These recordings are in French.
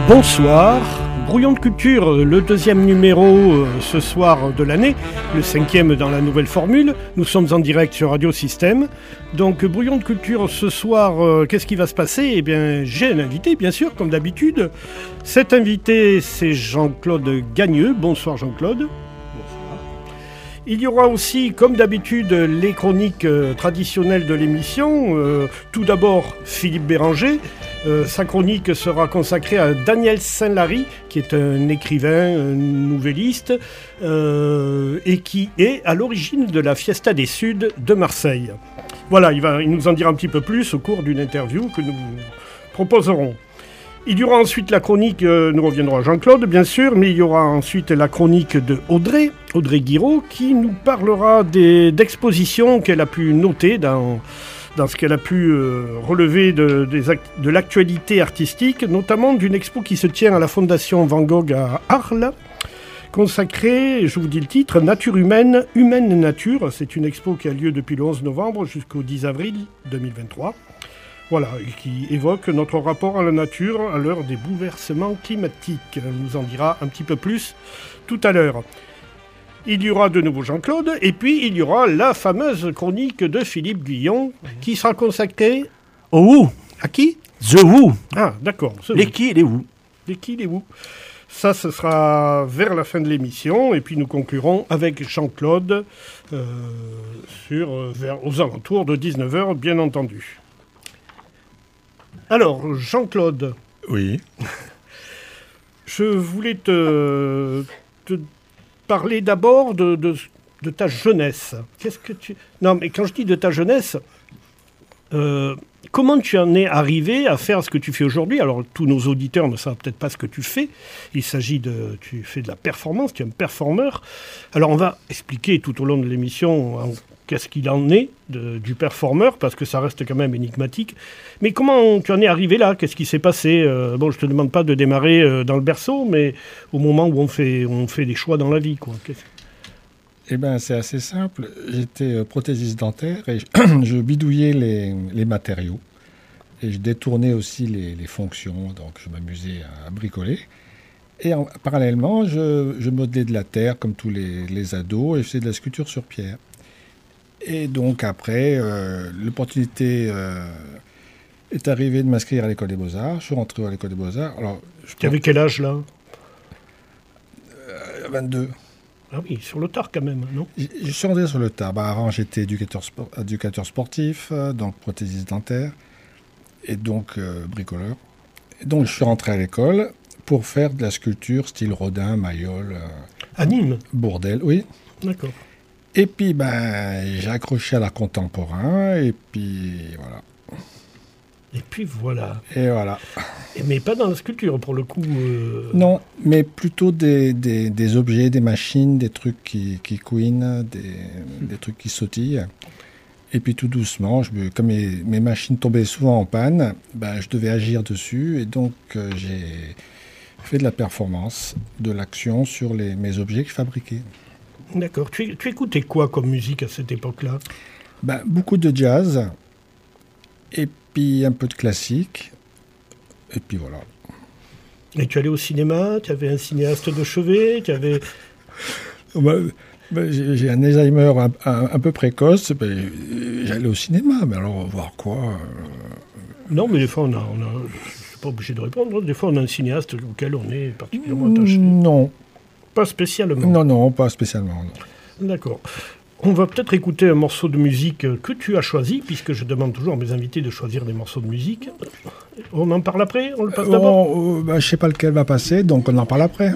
Bonsoir, Brouillon de Culture, le deuxième numéro ce soir de l'année, le 5e dans la nouvelle formule. Nous sommes en direct sur Radio Système. Donc Brouillon de Culture ce soir, qu'est-ce qui va se passer ? Eh bien, j'ai un invité, bien sûr, comme d'habitude. Cet invité, c'est Jean-Claude Gagneux. Bonsoir Jean-Claude. Il y aura aussi, comme d'habitude, les chroniques traditionnelles de l'émission. Tout d'abord, Philippe Béranger. Sa chronique sera consacrée à Daniel Saint-Lary, qui est un écrivain, un nouvelliste, et qui est à l'origine de la Fiesta des Suds de Marseille. Voilà, il nous en dira un petit peu plus au cours d'une interview que nous proposerons. Il y aura ensuite la chronique, nous reviendrons à Jean-Claude bien sûr, mais il y aura ensuite la chronique de Audrey Guiraud, qui nous parlera d'expositions qu'elle a pu noter dans ce qu'elle a pu relever de l'actualité artistique, notamment d'une expo qui se tient à la Fondation Van Gogh à Arles, consacrée, je vous dis le titre, Nature humaine, humaine nature. C'est une expo qui a lieu depuis le 11 novembre jusqu'au 10 avril 2023. Voilà, qui évoque notre rapport à la nature à l'heure des bouleversements climatiques. Elle nous en dira un petit peu plus tout à l'heure. Il y aura de nouveau Jean-Claude, et puis il y aura la fameuse chronique de Philippe Guillon, qui sera consacrée au Who. À qui ? The Who. Ah, d'accord. Les qui et les Who. Les qui et les Who. Ça, ce sera vers la fin de l'émission, et puis nous conclurons avec Jean-Claude aux alentours de 19h, bien entendu. Alors, Jean-Claude. Oui. Je voulais te parler d'abord de ta jeunesse. Qu'est-ce que tu... Non, mais quand je dis de ta jeunesse, comment tu en es arrivé à faire ce que tu fais aujourd'hui ? Alors, tous nos auditeurs ne savent peut-être pas ce que tu fais. Tu fais de la performance, tu es un performeur. Alors, on va expliquer tout au long de l'émission qu'est-ce qu'il en est du performeur, parce que ça reste quand même énigmatique. Mais comment tu en es arrivé là ? Qu'est-ce qui s'est passé ? Bon, je ne te demande pas de démarrer dans le berceau, mais au moment où on fait des choix dans la vie, quoi. Eh bien, c'est assez simple. J'étais prothésiste dentaire et je bidouillais les matériaux. Et je détournais aussi les fonctions, donc je m'amusais à bricoler. Et parallèlement, je modelais de la terre comme tous les ados et je faisais de la sculpture sur pierre. Et donc après, l'opportunité est arrivée de m'inscrire à l'école des Beaux-Arts. Je suis rentré à l'école des Beaux-Arts. Tu avais quel âge là ? 22. Ah oui, sur le tard quand même, non ? Je suis rentré sur le tard. Avant, j'étais éducateur sportif, donc prothésiste dentaire, et donc bricoleur. Et donc je suis rentré à l'école pour faire de la sculpture style Rodin, Mayol. À Nîmes ? Bourdelle, oui. D'accord. Et puis, j'ai accroché à l'art contemporain, et puis voilà. Et puis voilà. Et voilà. Mais pas dans la sculpture, pour le coup. Non, mais plutôt des objets, des machines, des trucs qui couinent, des trucs qui sautillent. Et puis tout doucement, comme mes machines tombaient souvent en panne, je devais agir dessus, et donc j'ai fait de la performance, de l'action sur mes objets que je fabriquais. D'accord. Tu écoutais quoi comme musique à cette époque-là ? Beaucoup de jazz, et puis un peu de classique, et puis voilà. Et tu allais au cinéma ? Tu avais un cinéaste de chevet ? J'ai un Alzheimer un peu précoce, j'allais au cinéma, mais alors voir quoi Non, mais des fois, je ne suis pas obligé de répondre, des fois on a un cinéaste auquel on est particulièrement attaché. Non. Pas spécialement. Non, pas spécialement. Non. D'accord. On va peut-être écouter un morceau de musique que tu as choisi, puisque je demande toujours à mes invités de choisir des morceaux de musique. On en parle après ? On le passe d'abord ? Je ne sais pas lequel va passer, donc on en parle après.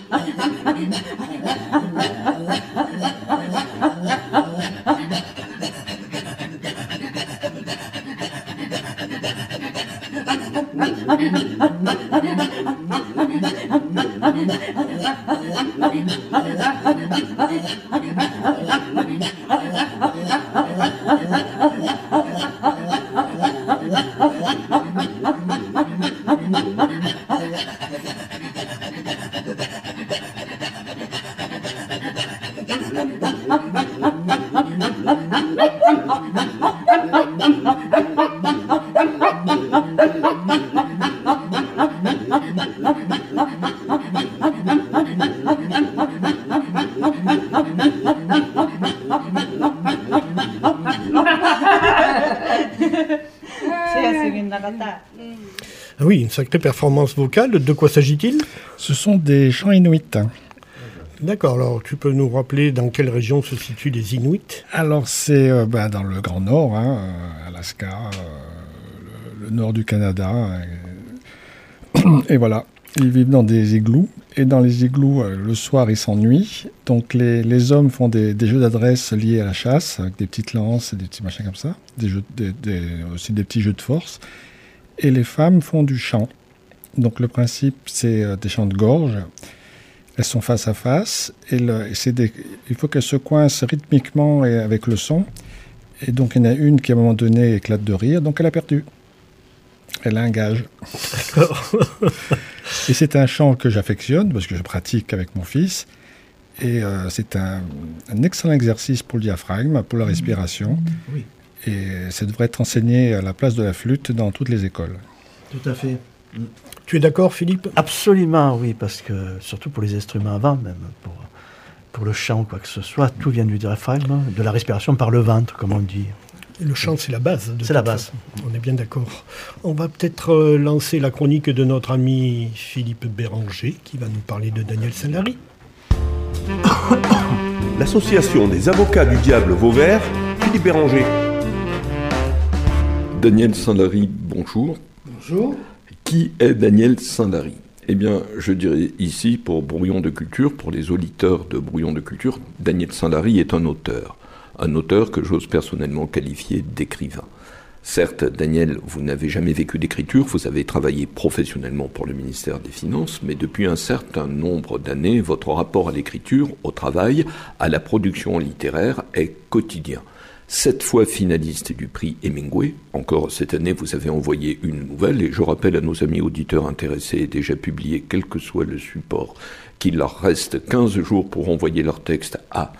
Ah oui, une sacrée performance vocale. De quoi s'agit-il ? Ce sont des chants inuits. D'accord, alors tu peux nous rappeler dans quelle région se situent les Inuits ? Alors c'est dans le Grand Nord, Alaska, le nord du Canada. Et voilà, ils vivent dans des igloos. Et dans les igloos, le soir, ils s'ennuient. Donc les hommes font des jeux d'adresse liés à la chasse, avec des petites lances et des petits machins comme ça. Aussi des petits jeux de force. Et les femmes font du chant. Donc le principe, c'est des chants de gorge. Elles sont face à face. Il faut qu'elles se coincent rythmiquement et avec le son. Et donc il y en a une qui, à un moment donné, éclate de rire. Donc elle a perdu. Elle a un gage. D'accord. Et c'est un chant que j'affectionne, parce que je pratique avec mon fils. Et c'est un excellent exercice pour le diaphragme, pour la respiration. Oui. Et ça devrait être enseigné à la place de la flûte dans toutes les écoles. Tout à fait. Tu es d'accord, Philippe ? Absolument, oui, parce que, surtout pour les instruments à vent, même pour le chant, quoi que ce soit, tout vient du diaphragme, de la respiration par le ventre, comme on dit. Le chant, c'est la base. C'est la base. On est bien d'accord. On va peut-être lancer la chronique de notre ami Philippe Béranger, qui va nous parler de Daniel Saint-Lary. L'association des avocats du diable Vauvert, Philippe Béranger. Daniel Saint-Lary, bonjour. Bonjour. Qui est Daniel Saint-Lary ? Eh bien, je dirais ici, pour Brouillon de Culture, pour les auditeurs de Brouillon de Culture, Daniel Saint-Lary est un auteur. Un auteur que j'ose personnellement qualifier d'écrivain. Certes, Daniel, vous n'avez jamais vécu d'écriture, vous avez travaillé professionnellement pour le ministère des Finances, mais depuis un certain nombre d'années, votre rapport à l'écriture, au travail, à la production littéraire est quotidien. 7 fois finaliste du prix Hemingway. Encore cette année, vous avez envoyé une nouvelle, et je rappelle à nos amis auditeurs intéressés et déjà publiés, quel que soit le support, qu'il leur reste 15 jours pour envoyer leur texte à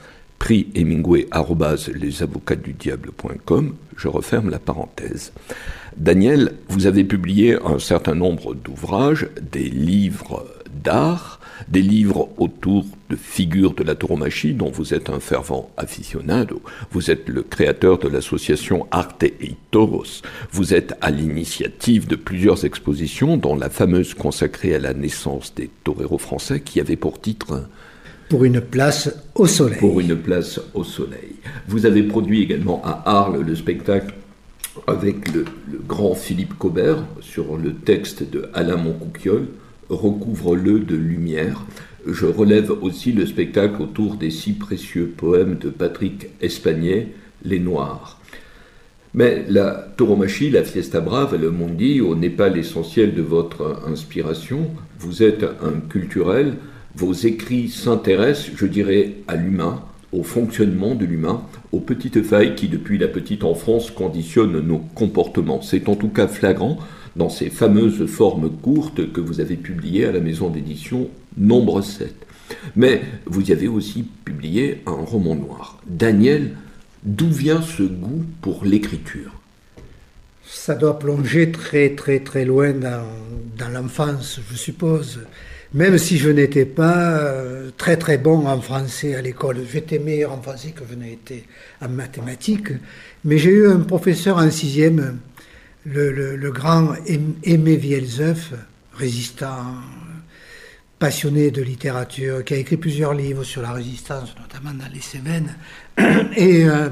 prixhemingway@lesavocatdudiable.com. Je referme la parenthèse. Daniel, vous avez publié un certain nombre d'ouvrages, des livres d'art, des livres autour de figures de la tauromachie dont vous êtes un fervent aficionado. Vous êtes le créateur de l'association Arte y Toros. Vous êtes à l'initiative de plusieurs expositions, dont la fameuse consacrée à la naissance des toreros français qui avait pour titre Pour une place au soleil. Pour une place au soleil. Vous avez produit également à Arles le spectacle avec le grand Philippe Cobert sur le texte de Alain Moncouquiol, Recouvre-le de lumière. Je relève aussi le spectacle autour des 6 précieux poèmes de Patrick Espagnet, Les Noirs. Mais la tauromachie, la Fiesta Brava, le Mondio n'est pas l'essentiel de votre inspiration. Vous êtes un culturel. Vos écrits s'intéressent, je dirais, à l'humain, au fonctionnement de l'humain, aux petites failles qui, depuis la petite enfance, conditionnent nos comportements. C'est en tout cas flagrant dans ces fameuses formes courtes que vous avez publiées à la maison d'édition Nombre 7. Mais vous y avez aussi publié un roman noir. Daniel, d'où vient ce goût pour l'écriture ? Ça doit plonger très très très loin dans l'enfance, je suppose. Même si je n'étais pas très très bon en français à l'école. J'étais meilleur en français que je n'ai été en mathématiques. Mais j'ai eu un professeur en 6e, le grand Aimé Vielzeuf, résistant, passionné de littérature, qui a écrit plusieurs livres sur la résistance, notamment dans les Cévennes.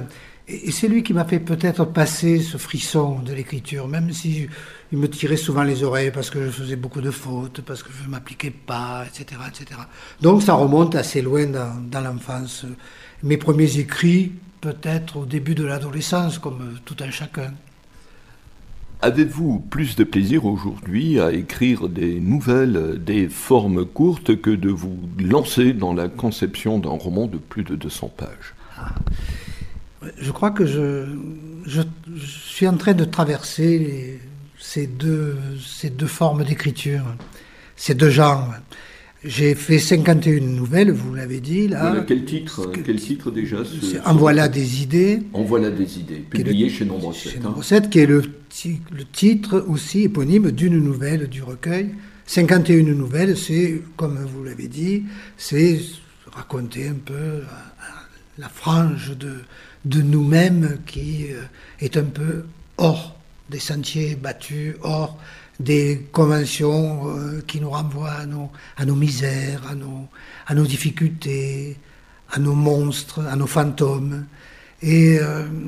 Et c'est lui qui m'a fait peut-être passer ce frisson de l'écriture, même si il me tirait souvent les oreilles parce que je faisais beaucoup de fautes, parce que je ne m'appliquais pas, etc., etc. Donc ça remonte assez loin dans l'enfance. Mes premiers écrits, peut-être au début de l'adolescence, comme tout un chacun. Avez-vous plus de plaisir aujourd'hui à écrire des nouvelles, des formes courtes, que de vous lancer dans la conception d'un roman de plus de 200 pages ? Je crois que je suis en train de traverser ces deux formes d'écriture, ces deux genres. J'ai fait 51 nouvelles, vous l'avez dit, là. Voilà, quel titre déjà En voilà des idées. En voilà des idées, publié chez Nombre 7. Chez Nombre 7, qui est le titre aussi éponyme d'une nouvelle du recueil. 51 nouvelles, c'est, comme vous l'avez dit, c'est raconter un peu la frange de nous-mêmes qui est un peu hors des sentiers battus, hors des conventions qui nous renvoient à nos misères, à nos difficultés, à nos monstres, à nos fantômes. Et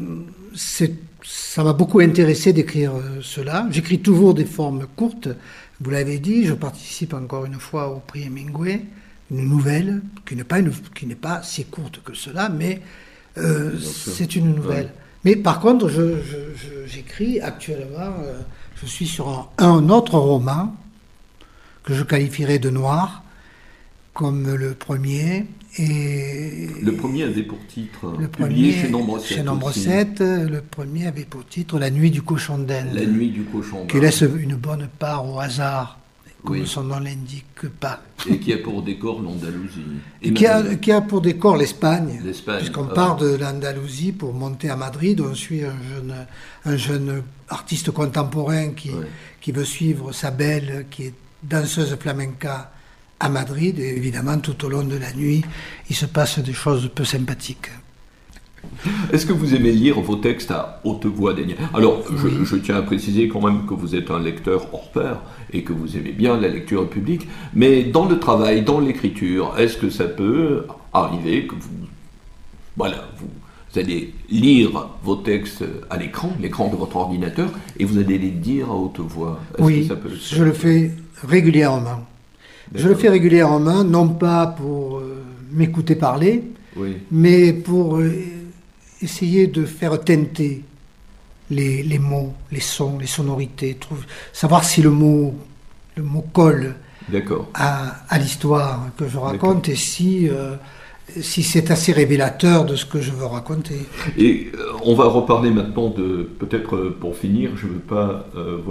ça m'a beaucoup intéressé d'écrire cela. J'écris toujours des formes courtes, vous l'avez dit, je participe encore une fois au prix Hemingway, une nouvelle qui n'est pas si courte que cela, mais c'est une nouvelle. Ouais. Mais par contre, j'écris actuellement, je suis sur un autre roman que je qualifierais de noir, comme le premier. Et le premier avait pour titre, publié chez Nombre 7. Chez Nombre 7, le premier avait pour titre La nuit du cochon d'Inde. La nuit du cochon d'Inde. Qui laisse une bonne part au hasard, comme son nom l'indique pas. Et qui a pour décor l'Andalousie. Et qui a pour décor l'Espagne. Puisqu'on part de l'Andalousie pour monter à Madrid, on suit un jeune artiste contemporain qui veut suivre sa belle, qui est danseuse flamenca à Madrid. Et évidemment, tout au long de la nuit, il se passe des choses peu sympathiques. Est-ce que vous aimez lire vos textes à haute voix, Daniel ? Alors, je tiens à préciser quand même que vous êtes un lecteur hors pair et que vous aimez bien la lecture publique, mais dans le travail, dans l'écriture, est-ce que ça peut arriver que vous allez lire vos textes à l'écran de votre ordinateur, et vous allez les dire à haute voix ? Oui, je le fais régulièrement. D'accord. Je le fais régulièrement, non pas pour m'écouter parler, mais pour essayer de faire teinter les mots, les sons, les sonorités, savoir si le mot colle à l'histoire que je raconte. D'accord. Et si c'est assez révélateur de ce que je veux raconter. Et on va reparler maintenant peut-être pour finir, je ne veux pas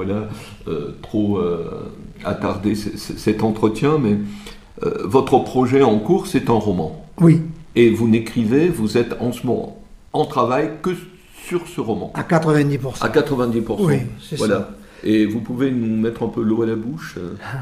trop attarder cet entretien, mais votre projet en cours, c'est un roman. Oui. Et vous êtes en ce moment en travail que sur ce roman. À 90%. À 90%. Oui, c'est ça. Et vous pouvez nous mettre un peu l'eau à la bouche ?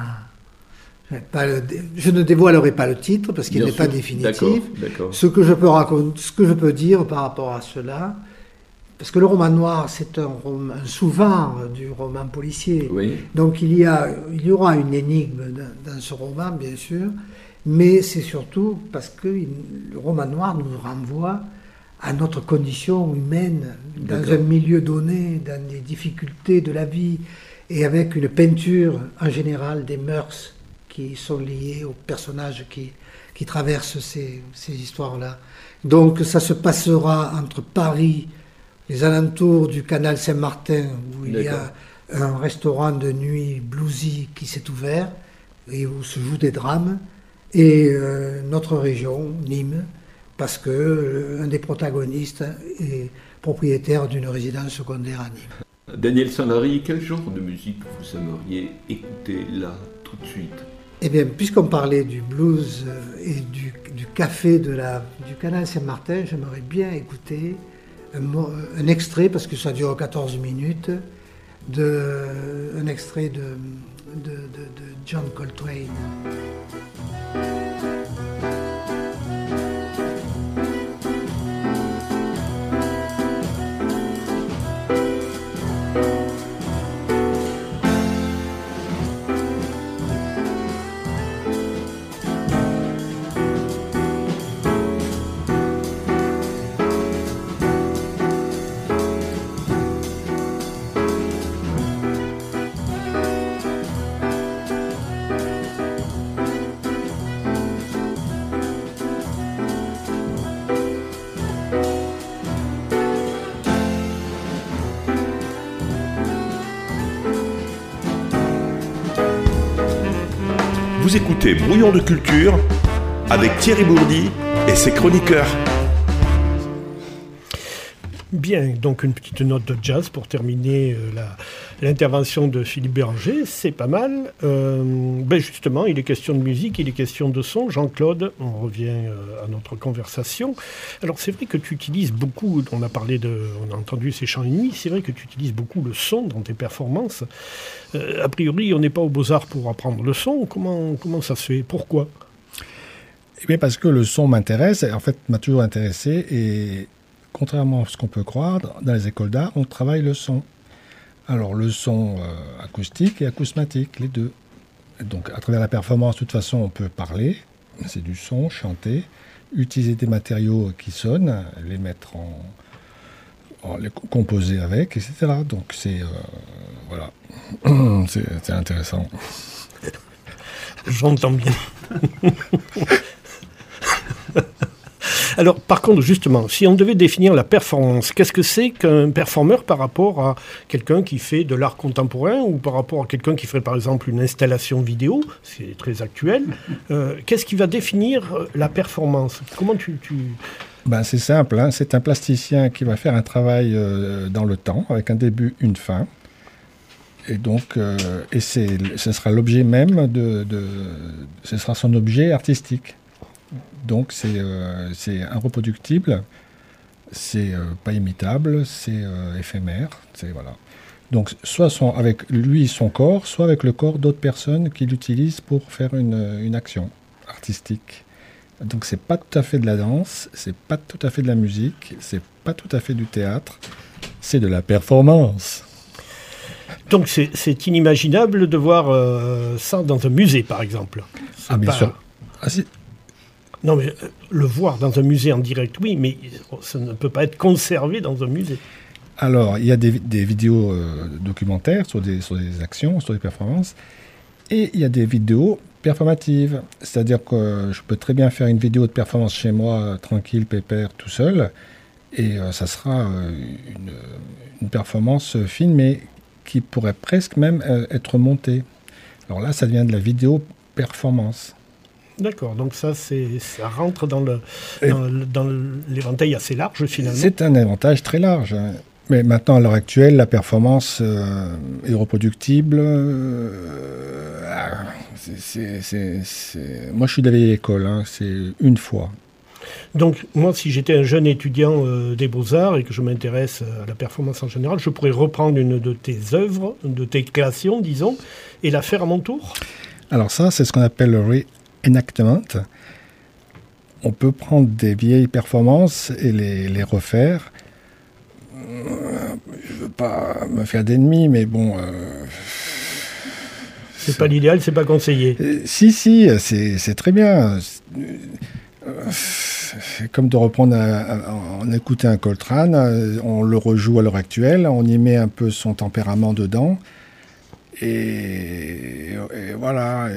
Je ne dévoilerai pas le titre parce qu'il n'est pas définitif. D'accord. Ce que je peux dire par rapport à cela, parce que le roman noir, c'est un sous-genre du roman policier. Oui. Donc il y aura une énigme dans ce roman, bien sûr, mais c'est surtout parce que le roman noir nous renvoie à notre condition humaine, dans un milieu donné, dans des difficultés de la vie, et avec une peinture en général des mœurs qui sont liées aux personnages qui traversent ces histoires-là. Donc ça se passera entre Paris, les alentours du canal Saint-Martin, où il y a un restaurant de nuit bluesy qui s'est ouvert, et où se jouent des drames, et notre région, Nîmes, parce que un des protagonistes est propriétaire d'une résidence secondaire à Nîmes. Daniel Sanary, quel genre de musique vous aimeriez écouter là, tout de suite ? Eh bien, puisqu'on parlait du blues et du café du canal Saint-Martin, j'aimerais bien écouter un extrait, parce que ça dure 14 minutes, un extrait de John Coltrane. Vous écoutez Brouillon de culture avec Thierry Bourdi et ses chroniqueurs. Bien, donc une petite note de jazz pour terminer l'intervention de Philippe Béranger, c'est pas mal. Justement, il est question de musique, il est question de son. Jean-Claude, on revient à notre conversation. Alors c'est vrai que tu utilises beaucoup, on a entendu ces chants et nuits, c'est vrai que tu utilises beaucoup le son dans tes performances. A priori, on n'est pas aux Beaux-Arts pour apprendre le son. Comment ça se fait? Pourquoi? Eh bien parce que le son m'intéresse, en fait m'a toujours intéressé, et contrairement à ce qu'on peut croire, dans les écoles d'art, on travaille le son. Alors le son acoustique et acousmatique, les deux. Donc à travers la performance, de toute façon, on peut parler, c'est du son, chanter, utiliser des matériaux qui sonnent, les mettre les composer avec, etc. Donc c'est voilà, c'est intéressant. J'entends bien. Alors, par contre, justement, si on devait définir la performance, qu'est-ce que c'est qu'un performeur par rapport à quelqu'un qui fait de l'art contemporain ou par rapport à quelqu'un qui ferait, par exemple, une installation vidéo? C'est très actuel. Qu'est-ce qui va définir la performance? Comment C'est simple, hein, c'est un plasticien qui va faire un travail dans le temps, avec un début, une fin. Et donc, ce sera l'objet même ce sera son objet artistique. Donc c'est reproductible, c'est pas imitable, c'est éphémère, voilà. Donc soit avec lui son corps, soit avec le corps d'autres personnes qui l'utilisent pour faire une action artistique. Donc c'est pas tout à fait de la danse, c'est pas tout à fait de la musique, c'est pas tout à fait du théâtre, c'est de la performance. Donc c'est inimaginable de voir ça dans un musée, par exemple. Bien sûr. Ah si. Non, mais le voir dans un musée en direct, oui, mais ça ne peut pas être conservé dans un musée. Alors, il y a des vidéos documentaires sur des actions, sur des performances, et il y a des vidéos performatives. C'est-à-dire que je peux très bien faire une vidéo de performance chez moi, tranquille, pépère, tout seul, et ça sera une performance filmée qui pourrait presque même être montée. Alors là, ça devient de la vidéo performance. D'accord, donc ça rentre dans l'éventail assez large finalement. C'est un éventail très large. Hein. Mais maintenant, à l'heure actuelle, la performance est reproductible. Moi, je suis de la vieille école, hein, c'est une fois. Donc, moi, si j'étais un jeune étudiant des Beaux-Arts et que je m'intéresse à la performance en général, je pourrais reprendre une de tes œuvres, de tes créations, disons, et la faire à mon tour? Alors ça, c'est ce qu'on appelle le reenactment. On peut prendre des vieilles performances et les refaire. Je veux pas me faire d'ennemis, mais bon... c'est pas l'idéal, c'est pas conseillé. Si, c'est très bien. C'est comme de reprendre, on écoute un Coltrane, on le rejoue à l'heure actuelle, on y met un peu son tempérament dedans, et voilà.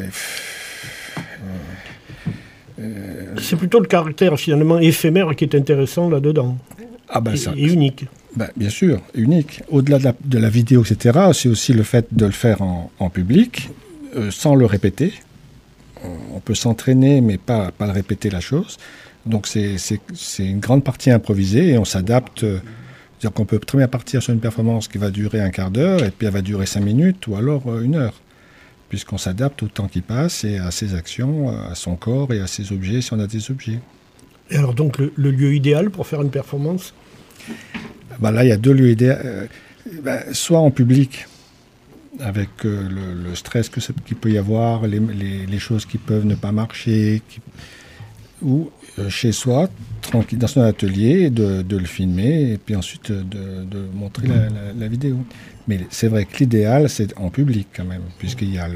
C'est plutôt le caractère finalement éphémère qui est intéressant là-dedans. Et unique. Bien sûr, unique. Au-delà de la vidéo, etc., c'est aussi le fait de le faire en public, sans le répéter. On peut s'entraîner, mais pas le répéter la chose. Donc c'est une grande partie improvisée et on s'adapte. C'est-à-dire qu'on peut très bien partir sur une performance qui va durer un quart d'heure et puis elle va durer 5 minutes ou alors 1 heure. Puisqu'on s'adapte au temps qui passe et à ses actions, à son corps et à ses objets si on a des objets. Et alors donc le lieu idéal pour faire une performance ? Là, il y a 2 lieux idéaux. Soit en public, avec le stress qu'il peut y avoir, les choses qui peuvent ne pas marcher, ou chez soi, tranquille, dans son atelier, de le filmer et puis ensuite de montrer la vidéo. Mais c'est vrai que l'idéal, c'est en public quand même, puisqu'il y a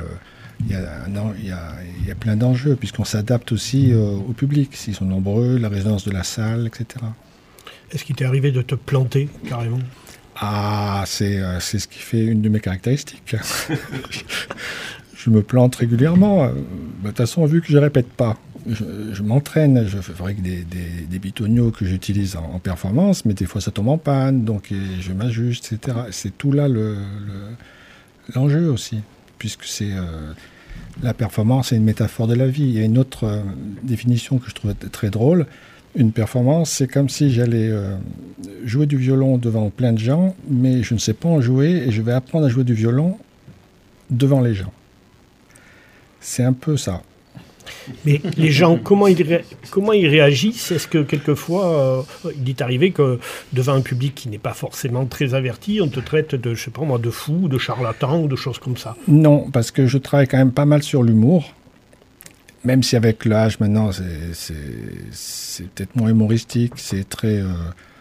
plein d'enjeux, puisqu'on s'adapte aussi au public, s'ils sont nombreux, la résonance de la salle, etc. Est-ce qu'il t'est arrivé de te planter carrément ? C'est ce qui fait une de mes caractéristiques. Je me plante régulièrement. De toute façon, vu que je ne répète pas, je m'entraîne. Je fabrique des bitoniaux que j'utilise en performance, mais des fois ça tombe en panne, donc je m'ajuste, etc. C'est tout là l'enjeu aussi, puisque c'est la performance est une métaphore de la vie. Il y a une autre définition que je trouve très drôle. Une performance, c'est comme si j'allais jouer du violon devant plein de gens, mais je ne sais pas en jouer et je vais apprendre à jouer du violon devant les gens. C'est un peu ça. Mais les gens, comment ils réagissent? Est-ce que quelquefois, il est arrivé que devant un public qui n'est pas forcément très averti, on te traite de, je sais pas moi, de fou, de charlatan ou de choses comme ça? Non, parce que je travaille quand même pas mal sur l'humour. Même si avec l'âge, maintenant, c'est peut-être moins humoristique, c'est très... je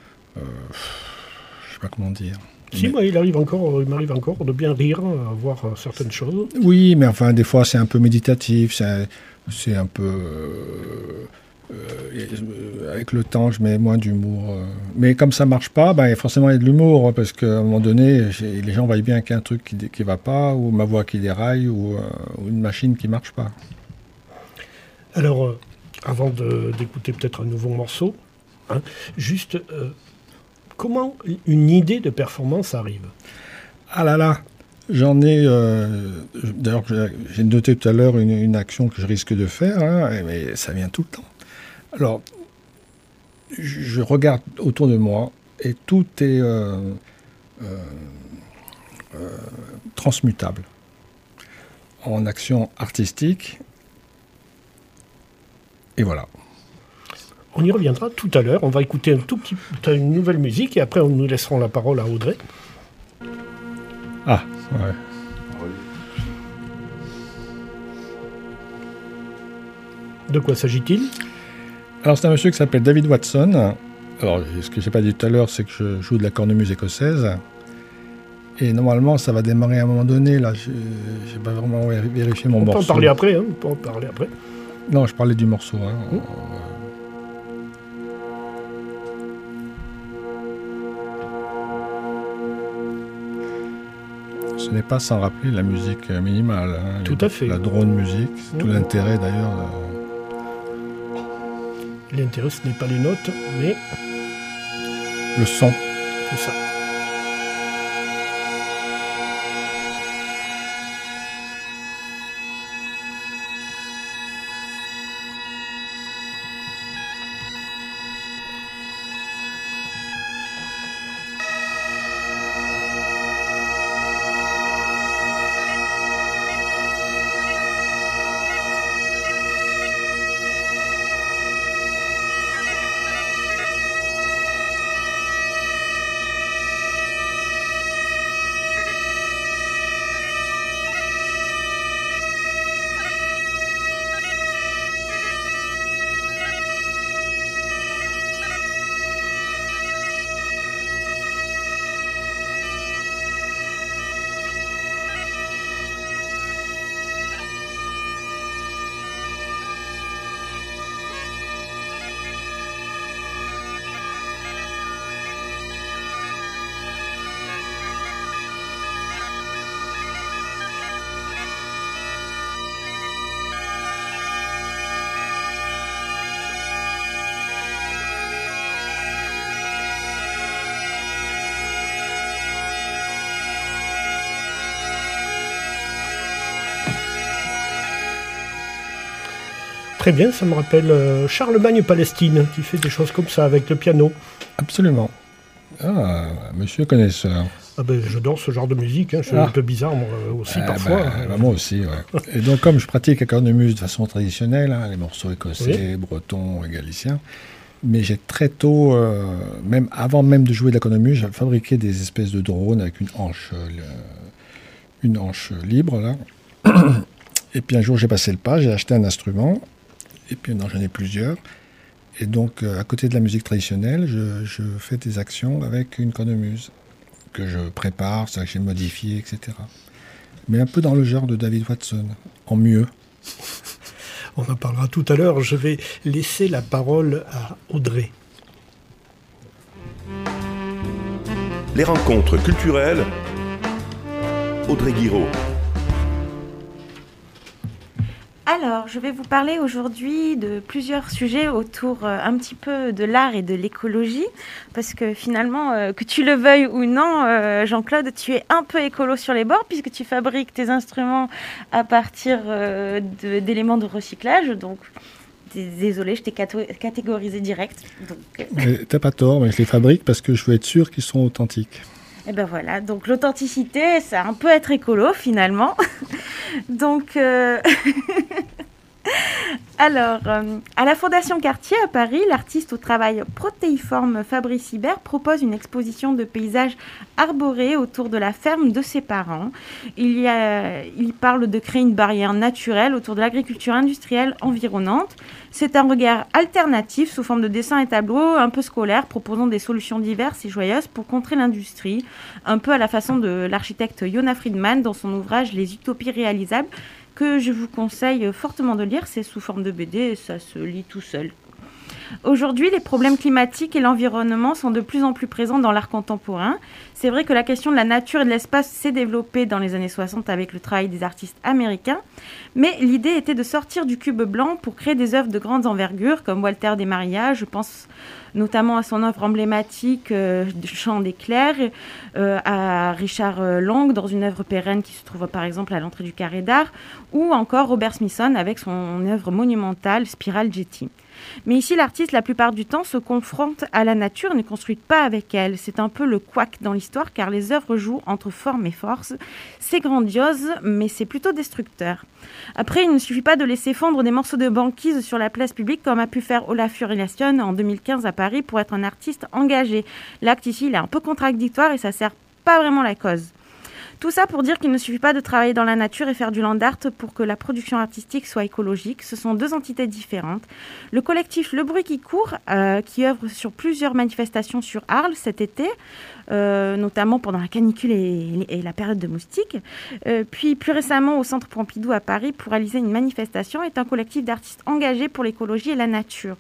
sais pas comment dire. Si, moi, il m'arrive encore de bien rire, à voir certaines choses. Oui, mais enfin, des fois, c'est un peu méditatif, c'est un peu... avec le temps, je mets moins d'humour. Mais comme ça marche pas, ben, forcément, il y a de l'humour, parce qu'à un moment donné, les gens voient bien qu'il y a un truc qui va pas, ou ma voix qui déraille, ou une machine qui marche pas. Alors, avant d'écouter peut-être un nouveau morceau, juste, comment une idée de performance arrive? Ah là là, j'en ai... D'ailleurs, j'ai noté tout à l'heure une action que je risque de faire, mais ça vient tout le temps. Alors, je regarde autour de moi et tout est transmutable en action artistique. Et voilà. On y reviendra tout à l'heure. On va écouter une nouvelle musique et après nous laisserons la parole à Audrey. Ah, ouais. De quoi s'agit-il? Alors c'est un monsieur qui s'appelle David Watson. Alors ce que j'ai pas dit tout à l'heure, c'est que je joue de la cornemuse écossaise. Et normalement, ça va démarrer à un moment donné. Là, j'ai pas vraiment vérifié mon morceau. On peut en parler après. On peut en parler après. Non, je parlais du morceau. Ce n'est pas sans rappeler la musique minimale. Tout à fait. La drone musique, c'est tout l'intérêt d'ailleurs. L'intérêt, ce n'est pas les notes, mais... le son. C'est ça. Très bien, ça me rappelle Charlemagne-Palestine, qui fait des choses comme ça avec le piano. Absolument. Ah, monsieur connaisseur. Ah ben, j'adore ce genre de musique, je suis un peu bizarre moi aussi parfois. Moi aussi, ouais. Et donc comme je pratique la cornemuse de façon traditionnelle, les morceaux écossais, bretons et galiciens, mais j'ai très tôt, même avant même de jouer de la cornemuse, j'ai fabriqué des espèces de drones avec une hanche libre, là. Et puis un jour j'ai passé le pas, j'ai acheté un instrument, et puis j'en ai plusieurs. Et donc, à côté de la musique traditionnelle, je fais des actions avec une cornemuse que je prépare, que j'ai modifié, etc. Mais un peu dans le genre de David Watson, en mieux. On en parlera tout à l'heure. Je vais laisser la parole à Audrey. Les rencontres culturelles, Audrey Guiraud. Alors, je vais vous parler aujourd'hui de plusieurs sujets autour un petit peu de l'art et de l'écologie, parce que finalement, que tu le veuilles ou non, Jean-Claude, tu es un peu écolo sur les bords, puisque tu fabriques tes instruments à partir d'éléments de recyclage, donc désolé, je t'ai catégorisé direct. T'as pas tort, mais je les fabrique parce que je veux être sûr qu'ils sont authentiques. Et ben voilà, donc l'authenticité, ça un peu être écolo finalement. Donc, alors, à la Fondation Cartier à Paris, l'artiste au travail protéiforme Fabrice Hibert propose une exposition de paysages arborés autour de la ferme de ses parents. Il parle de créer une barrière naturelle autour de l'agriculture industrielle environnante. C'est un regard alternatif sous forme de dessins et tableaux un peu scolaires proposant des solutions diverses et joyeuses pour contrer l'industrie, un peu à la façon de l'architecte Yona Friedman dans son ouvrage Les utopies réalisables, que je vous conseille fortement de lire. C'est sous forme de BD et ça se lit tout seul. Aujourd'hui, les problèmes climatiques et l'environnement sont de plus en plus présents dans l'art contemporain. C'est vrai que la question de la nature et de l'espace s'est développée dans les années 60 avec le travail des artistes américains, mais l'idée était de sortir du cube blanc pour créer des œuvres de grande envergure, comme Walter Desmaria, je pense notamment à son œuvre emblématique Chant d'éclairs, à Richard Long dans une œuvre pérenne qui se trouve par exemple à l'entrée du Carré d'Art, ou encore Robert Smithson avec son œuvre monumentale Spiral Jetty. Mais ici, l'artiste, la plupart du temps, se confronte à la nature et ne construit pas avec elle. C'est un peu le couac dans l'histoire, car les œuvres jouent entre forme et force. C'est grandiose, mais c'est plutôt destructeur. Après, il ne suffit pas de laisser fondre des morceaux de banquise sur la place publique, comme a pu faire Olafur Eliasson en 2015 à Paris, pour être un artiste engagé. L'acte ici, il est un peu contradictoire et ça sert pas vraiment la cause. Tout ça pour dire qu'il ne suffit pas de travailler dans la nature et faire du land art pour que la production artistique soit écologique. Ce sont deux entités différentes. Le collectif Le Bruit qui court, qui œuvre sur plusieurs manifestations sur Arles cet été, notamment pendant la canicule et la période de moustiques, puis plus récemment au Centre Pompidou à Paris pour réaliser une manifestation, est un collectif d'artistes engagés pour l'écologie et la nature.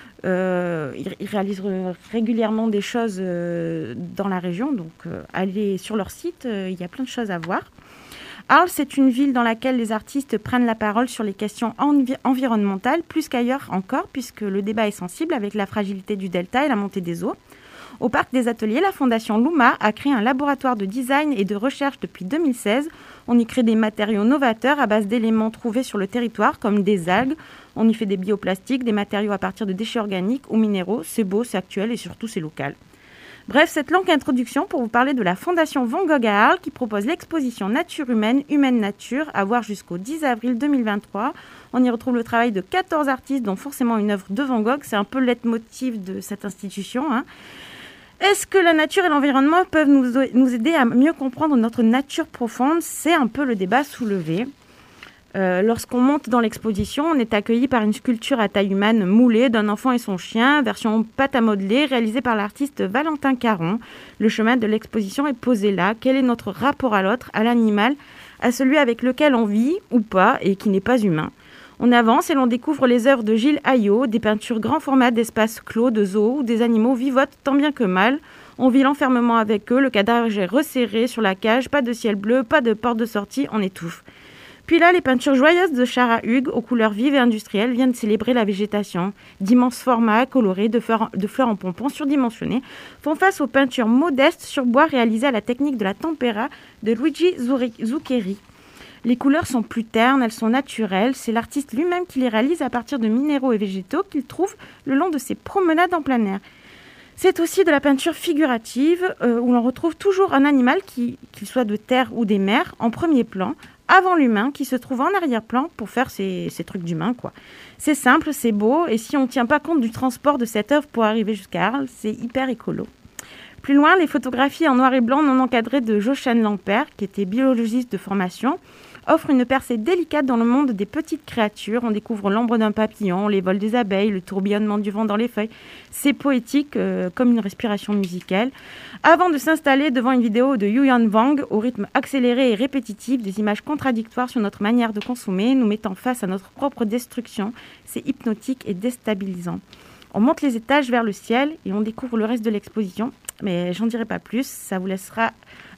Ils réalisent régulièrement des choses dans la région, donc allez sur leur site, il y a plein de choses à voir. Arles, c'est une ville dans laquelle les artistes prennent la parole sur les questions environnementales, plus qu'ailleurs encore, puisque le débat est sensible avec la fragilité du delta et la montée des eaux. Au Parc des Ateliers, la Fondation Luma a créé un laboratoire de design et de recherche depuis 2016. On y crée des matériaux novateurs à base d'éléments trouvés sur le territoire, comme des algues. On y fait des bioplastiques, des matériaux à partir de déchets organiques ou minéraux. C'est beau, c'est actuel et surtout c'est local. Bref, cette longue introduction pour vous parler de la Fondation Van Gogh à Arles qui propose l'exposition Nature humaine, humaine nature, à voir jusqu'au 10 avril 2023. On y retrouve le travail de 14 artistes, dont forcément une œuvre de Van Gogh. C'est un peu le leitmotiv de cette institution, hein. Est-ce que la nature et l'environnement peuvent nous aider à mieux comprendre notre nature profonde ? C'est un peu le débat soulevé. Lorsqu'on monte dans l'exposition, on est accueilli par une sculpture à taille humaine moulée d'un enfant et son chien, version pâte à modeler, réalisée par l'artiste Valentin Caron. Le chemin de l'exposition est posé là. Quel est notre rapport à l'autre, à l'animal, à celui avec lequel on vit ou pas et qui n'est pas humain ? On avance et l'on découvre les œuvres de Gilles Ayot, des peintures grand format d'espaces clos, de zoos, où des animaux vivotent tant bien que mal. On vit l'enfermement avec eux, le cadrage est resserré sur la cage, pas de ciel bleu, pas de porte de sortie, on étouffe. Puis là, les peintures joyeuses de Chara Hugues, aux couleurs vives et industrielles, viennent célébrer la végétation. D'immenses formats colorés de fleurs en pompons surdimensionnés font face aux peintures modestes sur bois réalisées à la technique de la tempera de Luigi Zuccheri. Les couleurs sont plus ternes, elles sont naturelles. C'est l'artiste lui-même qui les réalise à partir de minéraux et végétaux qu'il trouve le long de ses promenades en plein air. C'est aussi de la peinture figurative où l'on retrouve toujours un animal, qu'il soit de terre ou des mers, en premier plan, avant l'humain qui se trouve en arrière-plan pour faire ces trucs d'humain, quoi. C'est simple, c'est beau, et si on ne tient pas compte du transport de cette œuvre pour arriver jusqu'à Arles, c'est hyper écolo. Plus loin, les photographies en noir et blanc non encadrées de Jochen Lampert, qui était biologiste de formation, offrent une percée délicate dans le monde des petites créatures. On découvre l'ombre d'un papillon, les vols des abeilles, le tourbillonnement du vent dans les feuilles. C'est poétique, comme une respiration musicale. Avant de s'installer devant une vidéo de Yuan Wang, au rythme accéléré et répétitif, des images contradictoires sur notre manière de consommer, nous mettant face à notre propre destruction. C'est hypnotique et déstabilisant. On monte les étages vers le ciel et on découvre le reste de l'exposition. Mais j'en dirai pas plus, ça vous laissera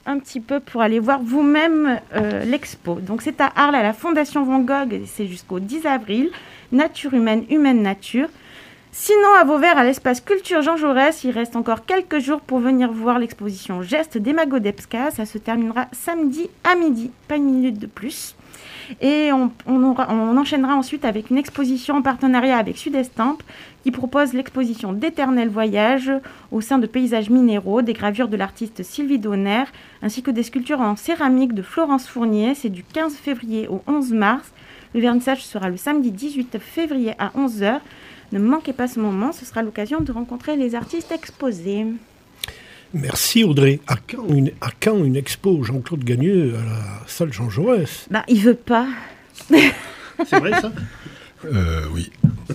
un petit peu pour aller voir vous-même l'expo. Donc c'est à Arles, à la Fondation Van Gogh, et c'est jusqu'au 10 avril. Nature humaine, humaine nature. Sinon, à Vauvert, à l'espace Culture Jean Jaurès, il reste encore quelques jours pour venir voir l'exposition Gestes d'Emma Godebska. Ça se terminera samedi à midi, pas une minute de plus. Et on enchaînera ensuite avec une exposition en partenariat avec Sud-Estampe qui propose l'exposition d'Éternel Voyage au sein de paysages minéraux, des gravures de l'artiste Sylvie Donner, ainsi que des sculptures en céramique de Florence Fournier. C'est du 15 février au 11 mars. Le vernissage sera le samedi 18 février à 11h. Ne manquez pas ce moment, ce sera l'occasion de rencontrer les artistes exposés. Merci Audrey. À quand une expo Jean-Claude Gagneux à la salle Jean Jaurès? Il veut pas. C'est vrai ça? Oui.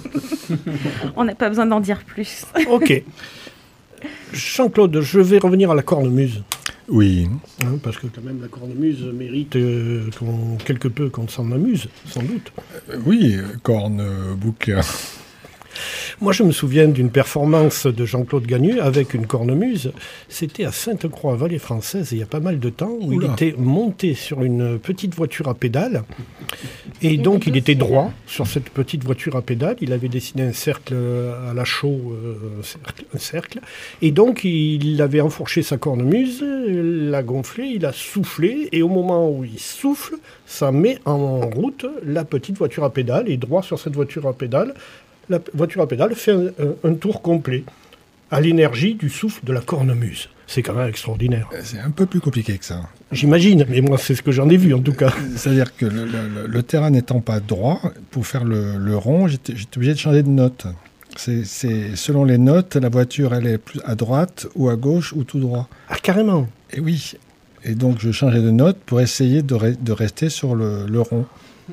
On n'a pas besoin d'en dire plus. Ok. Jean-Claude, je vais revenir à la cornemuse. Oui. Parce que quand même la cornemuse mérite quelque peu qu'on s'en amuse, sans doute. Oui, corne, bouquin. Moi, je me souviens d'une performance de Jean-Claude Gagneux avec une cornemuse. C'était à Sainte-Croix, Vallée Française, il y a pas mal de temps, où il était monté sur une petite voiture à pédales. Et donc, il était droit sur cette petite voiture à pédales. Il avait dessiné un cercle à la chaux, un cercle. Et donc, il avait enfourché sa cornemuse, l'a gonflé, il a soufflé. Et au moment où il souffle, ça met en route la petite voiture à pédales. Et droit sur cette voiture à pédales, la voiture à pédales fait un tour complet à l'énergie du souffle de la cornemuse. C'est quand même extraordinaire. C'est un peu plus compliqué que ça. J'imagine, mais moi c'est ce que j'en ai vu en tout cas. C'est-à-dire que le terrain n'étant pas droit, pour faire le rond, j'étais obligé de changer de note. C'est selon les notes, la voiture elle est plus à droite ou à gauche ou tout droit. Ah carrément. Et oui. Et donc je changeais de note pour essayer de rester sur le rond.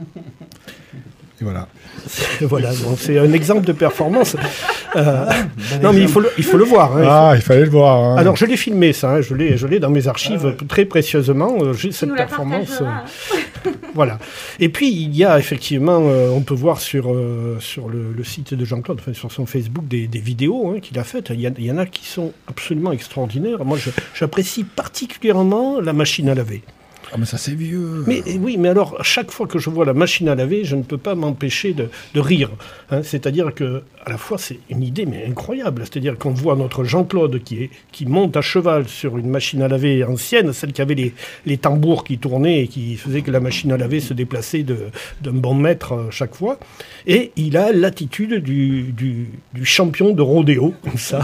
Et voilà. Voilà, bon, c'est un exemple de performance. Non, mais il faut le voir. Hein, il fallait le voir. Hein. Alors, je l'ai filmé, ça. Hein, je l'ai dans mes archives très précieusement. J'ai cette performance. Voilà. Et puis, il y a effectivement, on peut voir sur le site de Jean-Claude, enfin, sur son Facebook, des vidéos qu'il a faites. Il y en a qui sont absolument extraordinaires. Moi, j'apprécie particulièrement la machine à laver. Ah mais ça c'est vieux. Mais oui, mais alors chaque fois que je vois la machine à laver, je ne peux pas m'empêcher de rire. Hein. C'est-à-dire que à la fois c'est une idée mais incroyable. C'est-à-dire qu'on voit notre Jean-Claude qui monte à cheval sur une machine à laver ancienne, celle qui avait les tambours qui tournaient et qui faisait que la machine à laver se déplaçait d'un bon mètre chaque fois. Et il a l'attitude du champion de rodéo comme ça.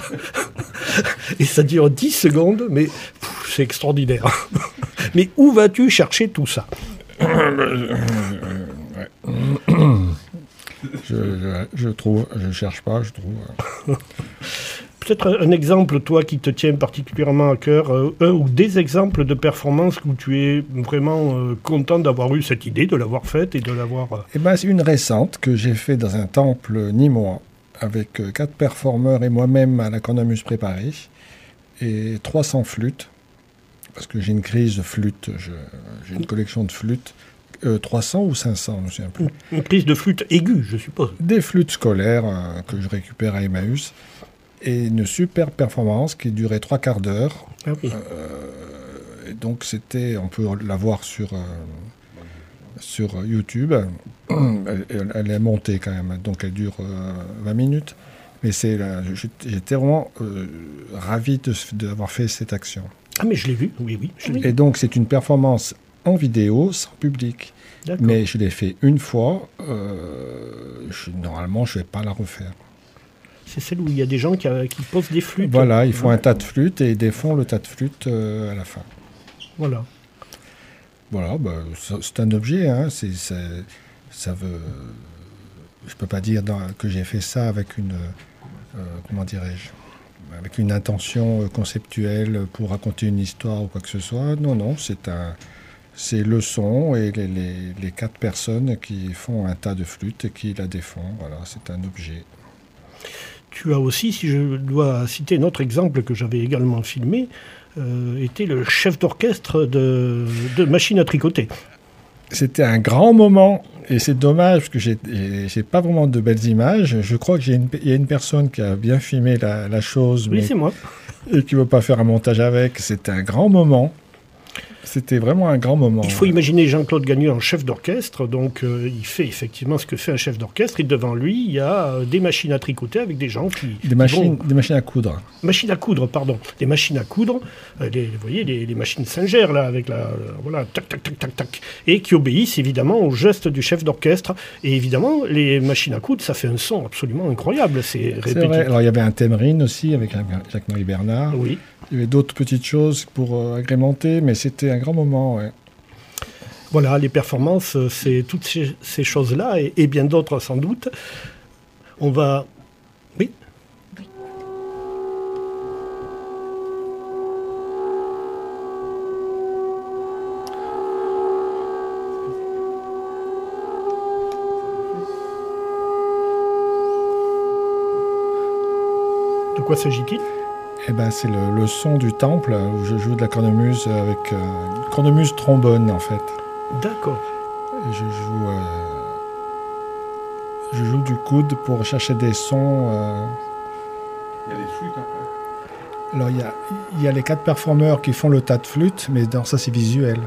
Et ça dure 10 secondes, mais c'est extraordinaire. Mais où vas-tu chercher tout ça? Je trouve, je cherche pas, je trouve. Peut-être un exemple, toi, qui te tient particulièrement à cœur, un ou des exemples de performances où tu es vraiment content d'avoir eu cette idée, de l'avoir faite et de l'avoir... Eh ben, c'est une récente que j'ai fait dans un temple nîmois avec 4 performeurs et moi-même à la cornemuse préparée et 300 flûtes. Parce que j'ai une crise de flûte, j'ai une collection de flûtes, 300 ou 500, je ne me souviens plus. Une crise de flûte aiguë, je suppose. Des flûtes scolaires que je récupère à Emmaüs, et une super performance qui durait 3 quarts d'heure. Ah oui. Et donc on peut la voir sur YouTube. Elle est montée quand même, donc elle dure 20 minutes. Mais j'étais vraiment ravi d'avoir fait cette action. Ah mais je l'ai vu, oui. Et donc c'est une performance en vidéo, sans public. D'accord. Mais je l'ai fait une fois, normalement je ne vais pas la refaire. C'est celle où il y a des gens qui posent des flûtes. Voilà, ils font un tas de flûtes et ils défont le tas de flûtes à la fin. Voilà. Voilà, c'est un objet, hein, ça veut... Je ne peux pas dire que j'ai fait ça avec une... comment dirais-je, avec une intention conceptuelle pour raconter une histoire ou quoi que ce soit. Non, c'est le son et les 4 personnes qui font un tas de flûtes et qui la défont. Voilà, c'est un objet. Tu as aussi, si je dois citer un autre exemple que j'avais également filmé, été le chef d'orchestre de Machine à tricoter. C'était un grand moment. Et c'est dommage parce que j'ai pas vraiment de belles images. Je crois qu'il y a une personne qui a bien filmé la chose. Oui, c'est moi. Et qui ne veut pas faire un montage avec. C'était un grand moment. C'était vraiment un grand moment. Il faut imaginer Jean-Claude Gagnon en chef d'orchestre, donc il fait effectivement ce que fait un chef d'orchestre, et devant lui, il y a des machines à tricoter avec des gens qui... Des machines à coudre. Machines à coudre, pardon. Des machines à coudre, vous voyez, les machines Singer, là, avec voilà, tac, tac, tac, tac, tac, et qui obéissent évidemment au geste du chef d'orchestre. Et évidemment, les machines à coudre, ça fait un son absolument incroyable. C'est vrai. Alors il y avait un Témrine aussi, avec Jacques-Marie Bernard. Oui. Il y avait d'autres petites choses pour agrémenter, mais c'était un grand moment, ouais. Voilà, les performances, c'est toutes ces choses-là, et bien d'autres sans doute. On va... Oui. De quoi s'agit-il ? Eh ben, c'est le son du temple où je joue de la cornemuse avec cornemuse trombone en fait. D'accord. Je joue du coude pour chercher des sons. Il y a des flûtes après. Alors il y a les 4 performeurs qui font le tas de flûte, mais dans ça c'est visuel.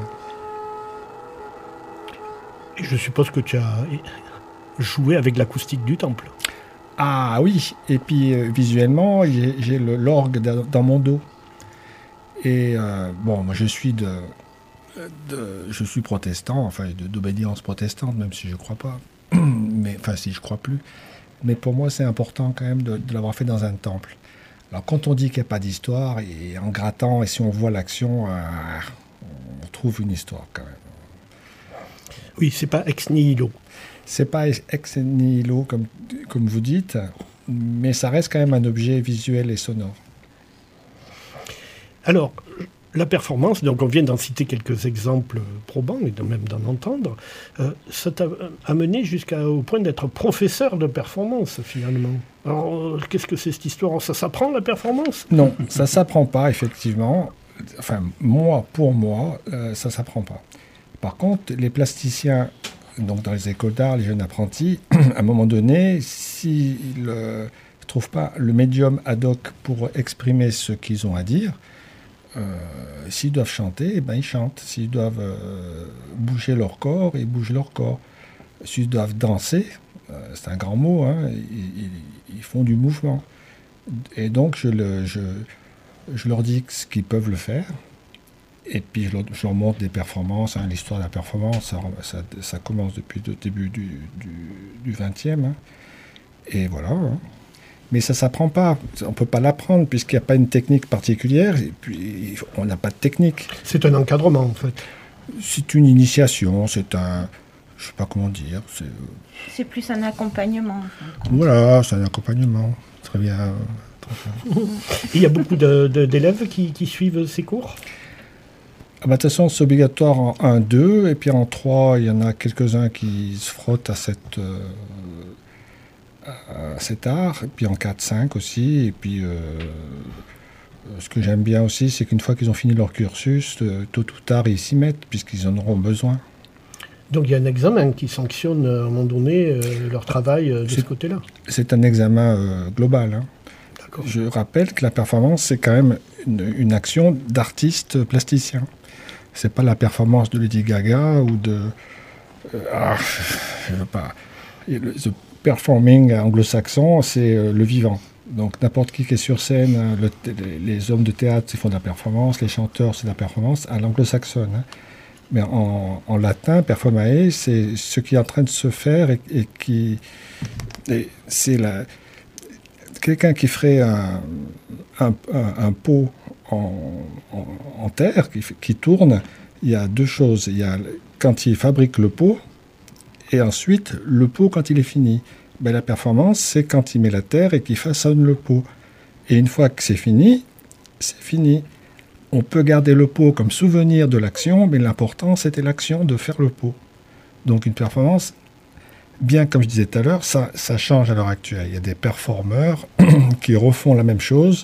Et je suppose que tu as joué avec l'acoustique du temple. Ah oui, et puis visuellement, j'ai l'orgue dans mon dos. Et bon, moi je suis protestant, enfin d'obédience protestante, même si je ne crois pas. Mais, enfin, si je ne crois plus. Mais pour moi, c'est important quand même de l'avoir fait dans un temple. Alors quand on dit qu'il n'y a pas d'histoire, et en grattant, et si on voit l'action, on trouve une histoire quand même. Oui, c'est pas ex nihilo. C'est pas ex nihilo comme vous dites, mais ça reste quand même un objet visuel et sonore. Alors, la performance, donc on vient d'en citer quelques exemples probants, et même d'en entendre, ça t'a amené jusqu'au point d'être professeur de performance, finalement. Alors, qu'est-ce que c'est cette histoire ? Ça s'apprend, la performance ? Non, ça s'apprend pas, effectivement. Enfin, pour moi, ça s'apprend pas. Par contre, les plasticiens, donc dans les écoles d'art, les jeunes apprentis, à un moment donné, s'ils ne trouvent pas le médium ad hoc pour exprimer ce qu'ils ont à dire, s'ils doivent chanter, eh ben ils chantent. S'ils doivent bouger leur corps, ils bougent leur corps. S'ils doivent danser, c'est un grand mot, hein, ils font du mouvement. Et donc, je leur dis ce qu'ils peuvent le faire. Et puis, je leur montre des performances. Hein. L'histoire de la performance, ça commence depuis le début du 20e. Hein. Et voilà. Hein. Mais ça ne s'apprend pas. On ne peut pas l'apprendre puisqu'il n'y a pas une technique particulière. Et puis, on n'a pas de technique. C'est un encadrement, en fait. C'est une initiation. C'est un... Je ne sais pas comment dire. C'est plus un accompagnement. Voilà, c'est un accompagnement. Très bien. Il y a beaucoup d'élèves qui suivent ces cours ? Ah bah, de toute façon, c'est obligatoire en 1, 2, et puis en 3, il y en a quelques-uns qui se frottent à cet art, et puis en 4, 5 aussi, et puis ce que j'aime bien aussi, c'est qu'une fois qu'ils ont fini leur cursus, tôt ou tard, ils s'y mettent, puisqu'ils en auront besoin. Donc il y a un examen qui sanctionne à un moment donné leur travail de ce côté-là. C'est un examen global. Hein. D'accord. Je rappelle que la performance, c'est quand même une action d'artiste plasticien. C'est pas la performance de Lady Gaga ou de... je veux pas... Le performing anglo-saxon, c'est le vivant. Donc n'importe qui est sur scène, les hommes de théâtre, ils font de la performance, les chanteurs, c'est de la performance à l'anglo-saxonne. Hein. Mais en latin, performae, c'est ce qui est en train de se faire et c'est quelqu'un qui ferait un pot en terre qui tourne. Il y a 2 choses. Il y a quand il fabrique le pot et ensuite le pot quand il est fini. Ben, la performance, c'est quand il met la terre et qu'il façonne le pot. Et une fois que c'est fini, c'est fini. On peut garder le pot comme souvenir de l'action, mais l'important, c'était l'action de faire le pot. Donc une performance, bien comme je disais tout à l'heure, ça change à l'heure actuelle. Il y a des performeurs qui refont la même chose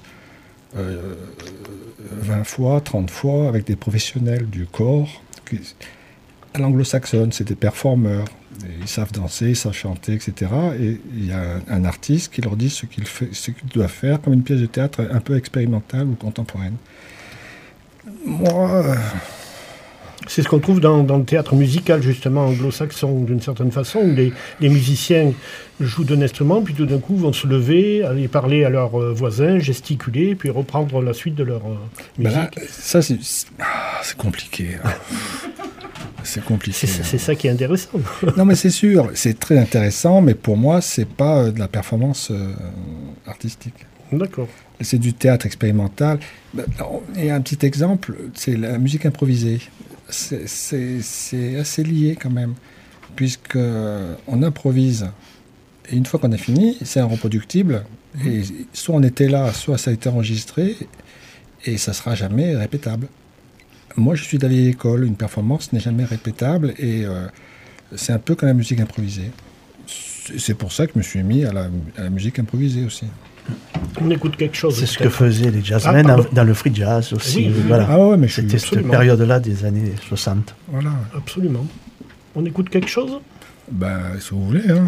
20 fois, 30 fois, avec des professionnels du corps. À l'anglo-saxonne, c'est des performeurs. Ils savent danser, ils savent chanter, etc. Et il y a un artiste qui leur dit ce qu'il doit faire, comme une pièce de théâtre un peu expérimentale ou contemporaine. Moi, C'est ce qu'on trouve dans le théâtre musical, justement, anglo-saxon, d'une certaine façon, où les musiciens jouent d'un instrument, puis tout d'un coup vont se lever, aller parler à leurs voisins, gesticuler, puis reprendre la suite de leur musique. Là, ça, c'est compliqué. Hein. C'est compliqué. C'est ça qui est intéressant. Non, mais c'est sûr, c'est très intéressant, mais pour moi, c'est pas de la performance artistique. D'accord. C'est du théâtre expérimental. Et un petit exemple, c'est la musique improvisée. C'est assez lié quand même, puisqu'on improvise. Et une fois qu'on a fini, c'est un reproductible. Et soit on était là, soit ça a été enregistré, et ça ne sera jamais répétable. Moi, je suis de la vieille école. Une performance n'est jamais répétable, et c'est un peu comme la musique improvisée. C'est pour ça que je me suis mis à la musique improvisée aussi. On écoute quelque chose. C'est ce que faisaient les jazzmen dans le free jazz aussi. Oui. Voilà. Ah ouais, mais c'était cette période-là des années 60. Voilà. Absolument. On écoute quelque chose ? Ben, si vous voulez, hein.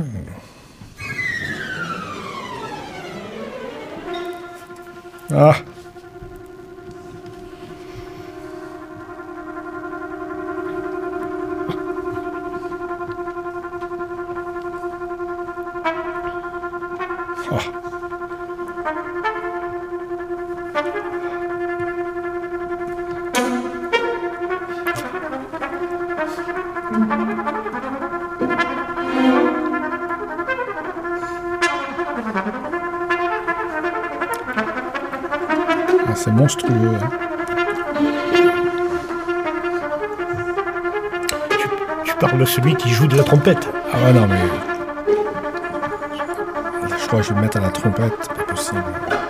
Ah. Oh. Ah, c'est monstrueux. Hein. Tu parles de celui qui joue de la trompette. Ah ouais, non, mais... Je crois que je vais me mettre à la trompette, c'est pas possible.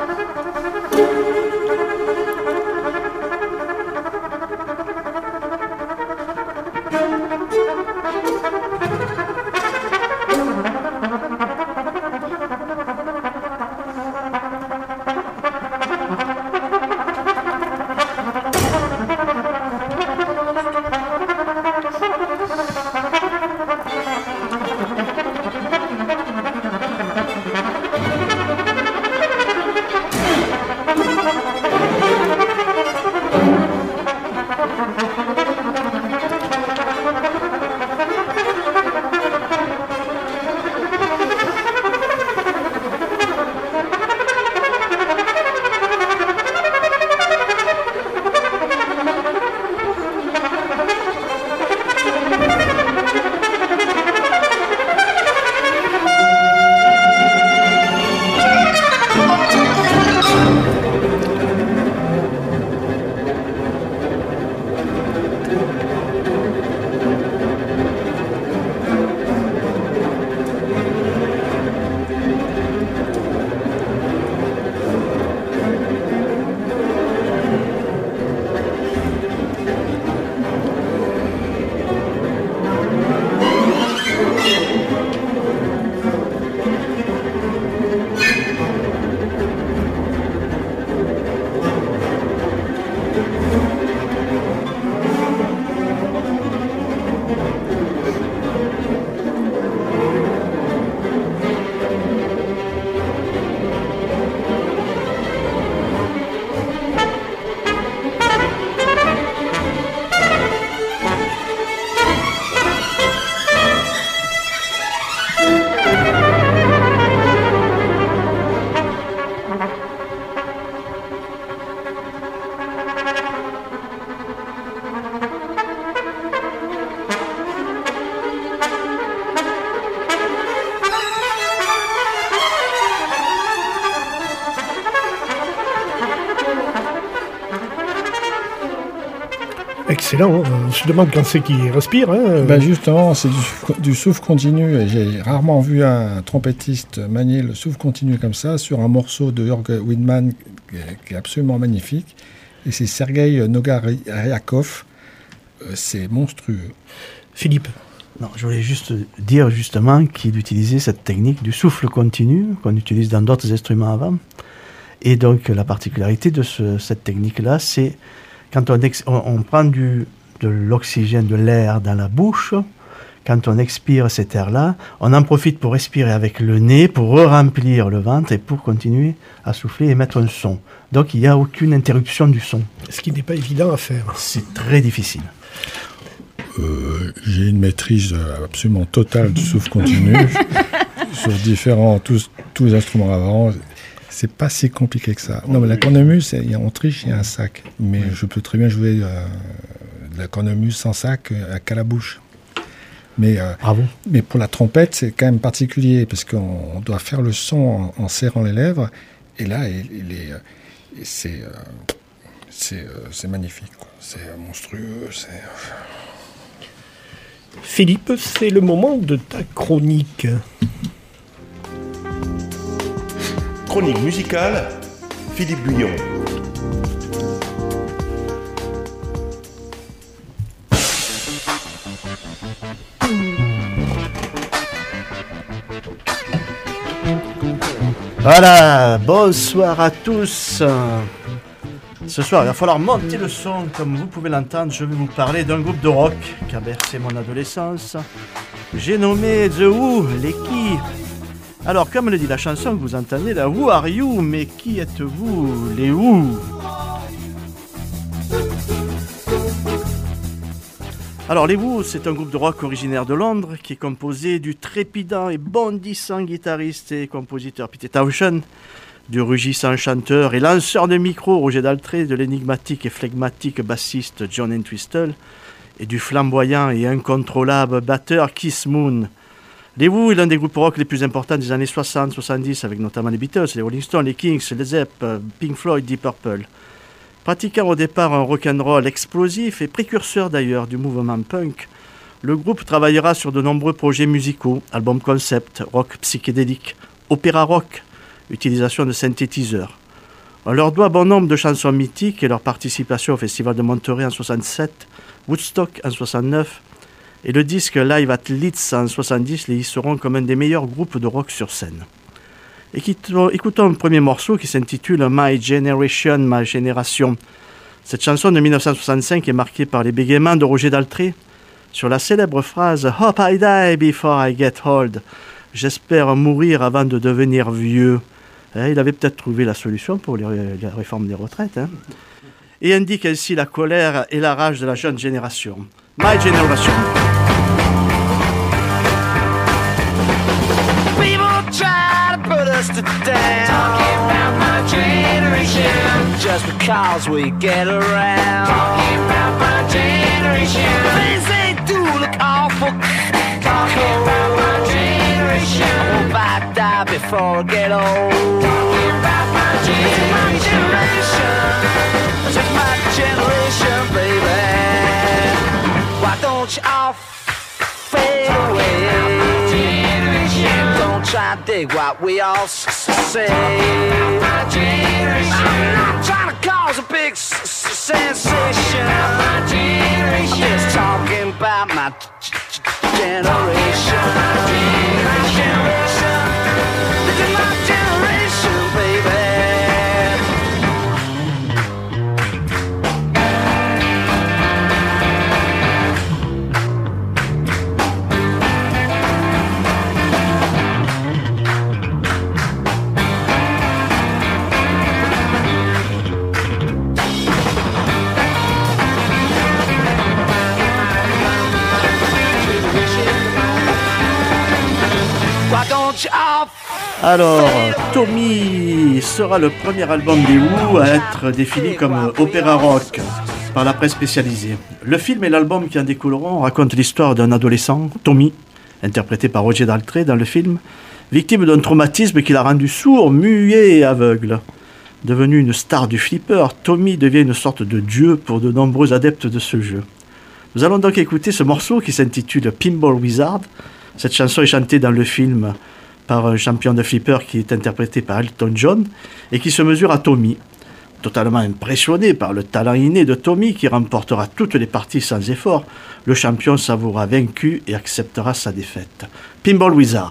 Excellent, on se demande quand c'est qu'il respire. Hein. Ben justement, c'est du souffle continu. Et j'ai rarement vu un trompettiste manier le souffle continu comme ça sur un morceau de Jörg Widmann qui est absolument magnifique. Et c'est Sergueï Nogariakov. C'est monstrueux. Philippe. Non, je voulais juste dire justement qu'il utilisait cette technique du souffle continu qu'on utilise dans d'autres instruments avant. Et donc la particularité de cette technique-là, c'est quand on prend de l'oxygène, de l'air dans la bouche, quand on expire cet air-là, on en profite pour respirer avec le nez, pour remplir le ventre et pour continuer à souffler et émettre un son. Donc il n'y a aucune interruption du son. Ce qui n'est pas évident à faire. C'est très difficile. J'ai une maîtrise absolument totale du souffle continu sur tous les instruments avant. C'est pas si compliqué que ça. Non, mais la cornemuse, en Autriche, il y a un sac. Mais je peux très bien jouer de la cornemuse sans sac qu'à la bouche. Mais pour la trompette, c'est quand même particulier parce qu'on doit faire le son en serrant les lèvres. Et là, c'est magnifique, quoi. C'est monstrueux. Philippe, c'est le moment de ta chronique. Chronique musicale, Philippe Guyon. Voilà, bonsoir à tous. Ce soir, il va falloir monter le son. Comme vous pouvez l'entendre, je vais vous parler d'un groupe de rock qui a bercé mon adolescence. J'ai nommé The Who, les qui. Alors, comme le dit la chanson que vous entendez, la Who are you? Mais qui êtes-vous, les Who? Alors, les Who, c'est un groupe de rock originaire de Londres qui est composé du trépidant et bondissant guitariste et compositeur Peter Townshend, du rugissant chanteur et lanceur de micro Roger Daltrey, de l'énigmatique et flegmatique bassiste John Entwistle et du flamboyant et incontrôlable batteur Keith Moon. Les Who est l'un des groupes rock les plus importants des années 60-70, avec notamment les Beatles, les Rolling Stones, les Kings, les Zepp, Pink Floyd, Deep Purple. Pratiquant au départ un rock'n'roll explosif et précurseur d'ailleurs du mouvement punk, le groupe travaillera sur de nombreux projets musicaux, albums concept, rock psychédélique, opéra rock, utilisation de synthétiseurs. On leur doit bon nombre de chansons mythiques et leur participation au Festival de Monterey en 67, Woodstock en 69 et le disque Live at Leeds en 70 les hisseront comme un des meilleurs groupes de rock sur scène. Écoutons un premier morceau qui s'intitule My Generation, ma génération. Cette chanson de 1965 est marquée par les bégaiements de Roger Daltrey sur la célèbre phrase « Hope I die before I get old ». J'espère mourir avant de devenir vieux. Il avait peut-être trouvé la solution pour la réforme des retraites. Et indique ainsi la colère et la rage de la jeune génération. My Generation. People try to put us to down. Talking about my generation. Just because we get around. Talking about my generation. Things they do look awful. Talking about my generation. I hope I die before I get old. Talking about my generation. This is my generation, baby. Why don't you all fade away? Don't try to dig what we all say. I'm not trying to cause a big sensation. I'm just talking about my generation. My generation. This is my generation, baby. Alors, Tommy sera le premier album des Who à être défini comme opéra rock par la presse spécialisée. Le film et l'album qui en découleront racontent l'histoire d'un adolescent, Tommy, interprété par Roger Daltrey dans le film, victime d'un traumatisme qui l'a rendu sourd, muet et aveugle. Devenu une star du flipper, Tommy devient une sorte de dieu pour de nombreux adeptes de ce jeu. Nous allons donc écouter ce morceau qui s'intitule Pinball Wizard. Cette chanson est chantée dans le film par un champion de flipper qui est interprété par Elton John et qui se mesure à Tommy. Totalement impressionné par le talent inné de Tommy qui remportera toutes les parties sans effort, le champion s'avouera vaincu et acceptera sa défaite. Pinball Wizard.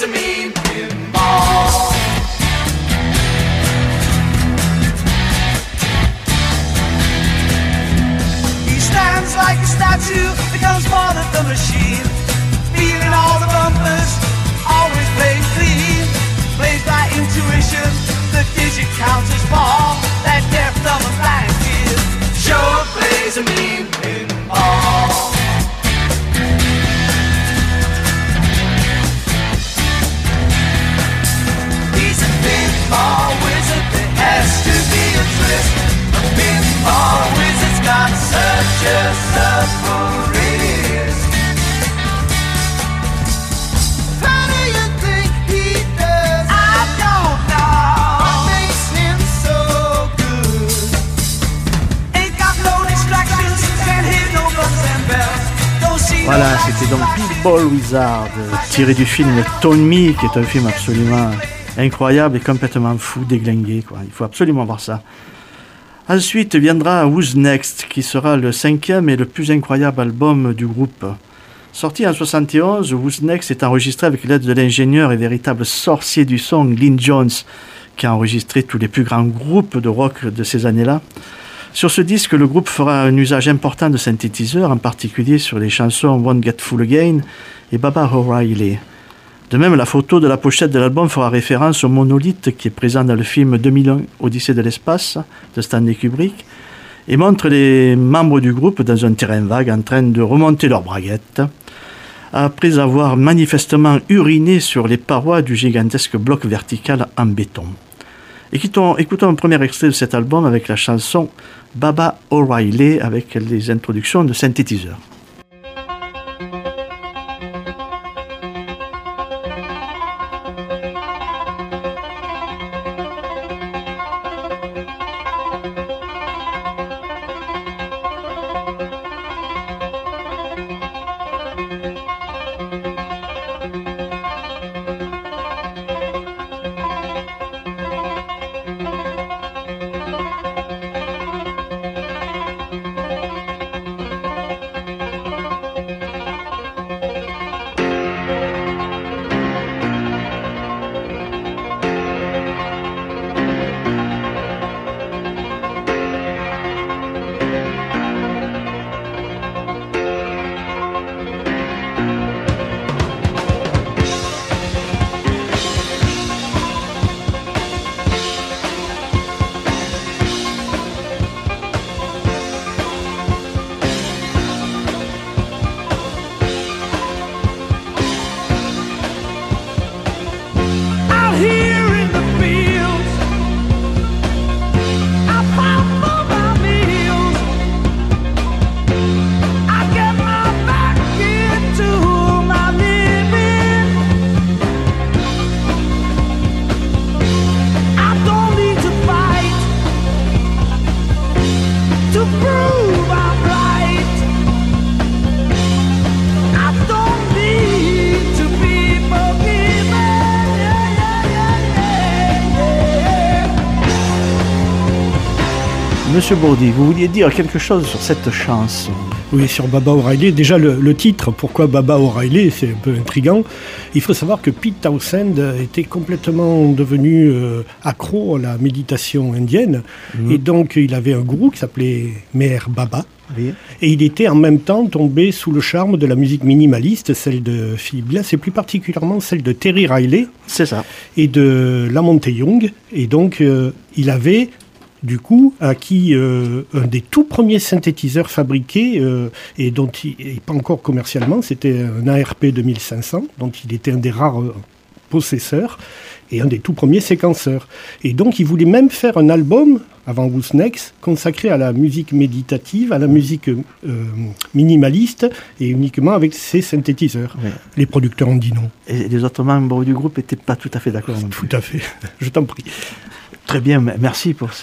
plays a mean pinball. He stands like a statue, becomes part of the machine, feeling all the bumpers, always plays clean, plays by intuition, the digit counters fall, that deaf, dumb and blind kid sure plays a mean pinball. He's a pinball wizard, there has to be a twist. A pinball wizard's got such a submarine. How do you think he does? I don't know. What makes him so good? Ain't got no distractions, can't hear no buttons and bells. Don't see Voilà, c'était donc Pinball Wizard, tiré du film Tell Me, qui est un film absolument incroyable et complètement fou, déglingué, quoi. Il faut absolument voir ça. Ensuite viendra Who's Next, qui sera le 5e et le plus incroyable album du groupe. Sorti en 71, Who's Next est enregistré avec l'aide de l'ingénieur et véritable sorcier du son Glyn Johns, qui a enregistré tous les plus grands groupes de rock de ces années-là. Sur ce disque, le groupe fera un usage important de synthétiseurs, en particulier sur les chansons Won't Get Full Again et Baba O'Reilly. De même, la photo de la pochette de l'album fera référence au monolithe qui est présent dans le film 2001 Odyssée de l'espace de Stanley Kubrick et montre les membres du groupe dans un terrain vague en train de remonter leurs braguettes après avoir manifestement uriné sur les parois du gigantesque bloc vertical en béton. Écoutons un premier extrait de cet album avec la chanson Baba O'Reilly avec les introductions de synthétiseurs. Monsieur Bourdi, vous vouliez dire quelque chose sur cette chanson? Oui, sur Baba O'Reilly. Déjà, le titre, pourquoi Baba O'Reilly, c'est un peu intriguant. Il faut savoir que Pete Townshend était complètement devenu accro à la méditation indienne. Et donc, il avait un gourou qui s'appelait Meher Baba. Oui. Et il était en même temps tombé sous le charme de la musique minimaliste, celle de Philip Glass, et plus particulièrement celle de Terry Riley. C'est ça. Et de Lamonte Young. Et donc, il avait du coup acquis un des tout premiers synthétiseurs fabriqués et dont il pas encore commercialement, c'était un ARP 2500 dont il était un des rares possesseurs et un des tout premiers séquenceurs. Et donc il voulait même faire un album avant Who's Next consacré à la musique méditative, à la musique minimaliste et uniquement avec ses synthétiseurs. Oui. Les producteurs ont dit non. Et les autres membres du groupe n'étaient pas tout à fait d'accord. Tout à fait, je t'en prie. Très bien, merci pour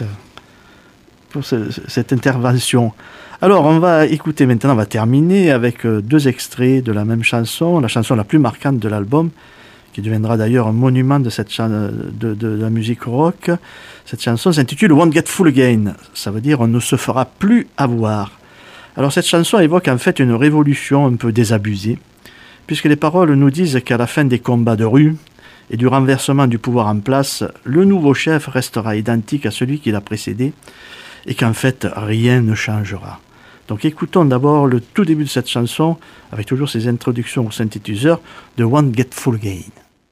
cette intervention. Alors, on va écouter maintenant, on va terminer avec deux extraits de la même chanson, la chanson la plus marquante de l'album, qui deviendra d'ailleurs un monument de la musique rock. Cette chanson s'intitule Won't Get Full Again, ça veut dire on ne se fera plus avoir. Alors cette chanson évoque en fait une révolution un peu désabusée, puisque les paroles nous disent qu'à la fin des combats de rue, et du renversement du pouvoir en place, le nouveau chef restera identique à celui qui l'a précédé et qu'en fait rien ne changera. Donc écoutons d'abord le tout début de cette chanson avec toujours ces introductions au synthétiseur de Won't Get Full Again.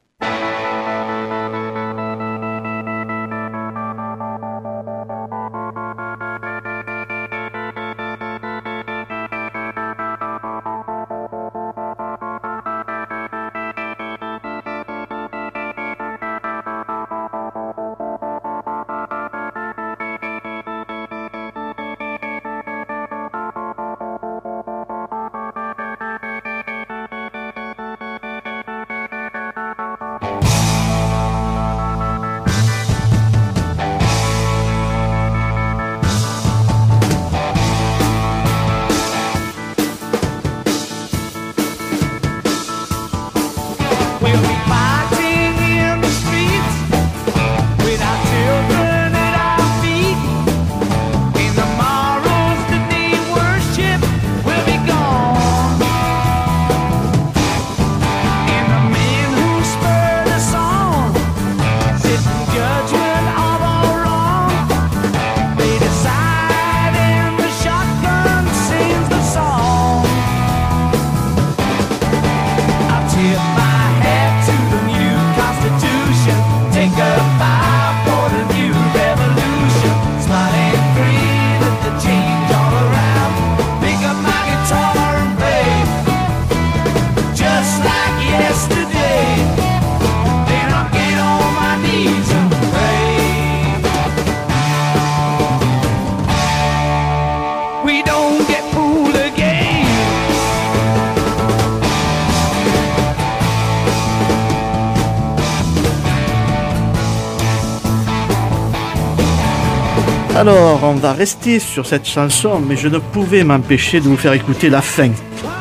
Alors, on va rester sur cette chanson, mais je ne pouvais m'empêcher de vous faire écouter la fin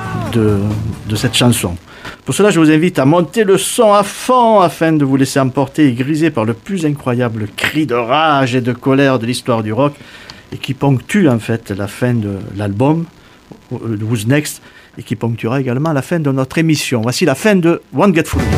de cette chanson. Pour cela, je vous invite à monter le son à fond afin de vous laisser emporter et griser par le plus incroyable cri de rage et de colère de l'histoire du rock et qui ponctue en fait la fin de l'album Who's Next et qui ponctuera également la fin de notre émission. Voici la fin de Won't Get Full.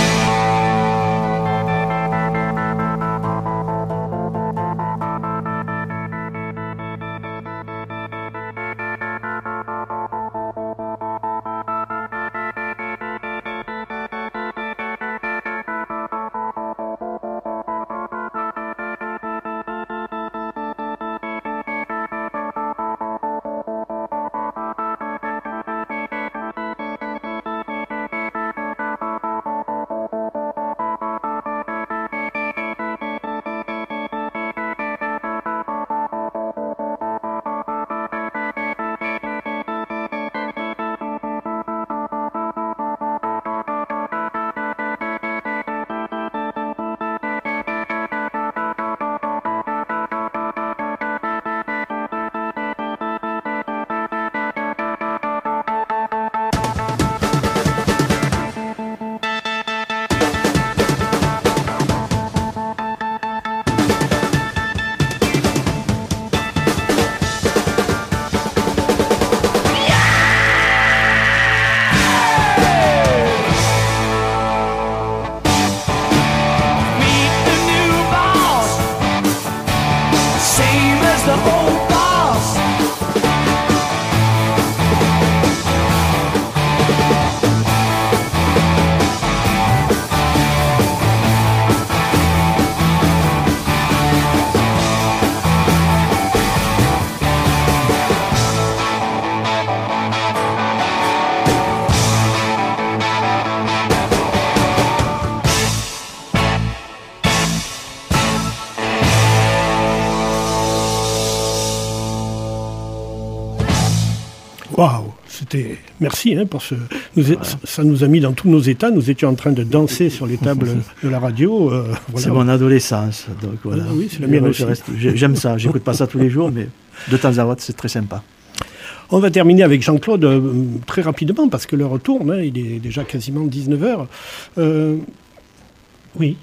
Waouh, c'était... Merci pour ce... Ça nous a mis dans tous nos états. Nous étions en train de danser sur les tables de la radio. Voilà. C'est mon adolescence. Donc voilà. Oui, c'est la mienne aussi. J'aime ça. J'écoute pas ça tous les jours, mais de temps à autre, c'est très sympa. On va terminer avec Jean-Claude très rapidement, parce que l'heure tourne. Il est déjà quasiment 19h. Oui.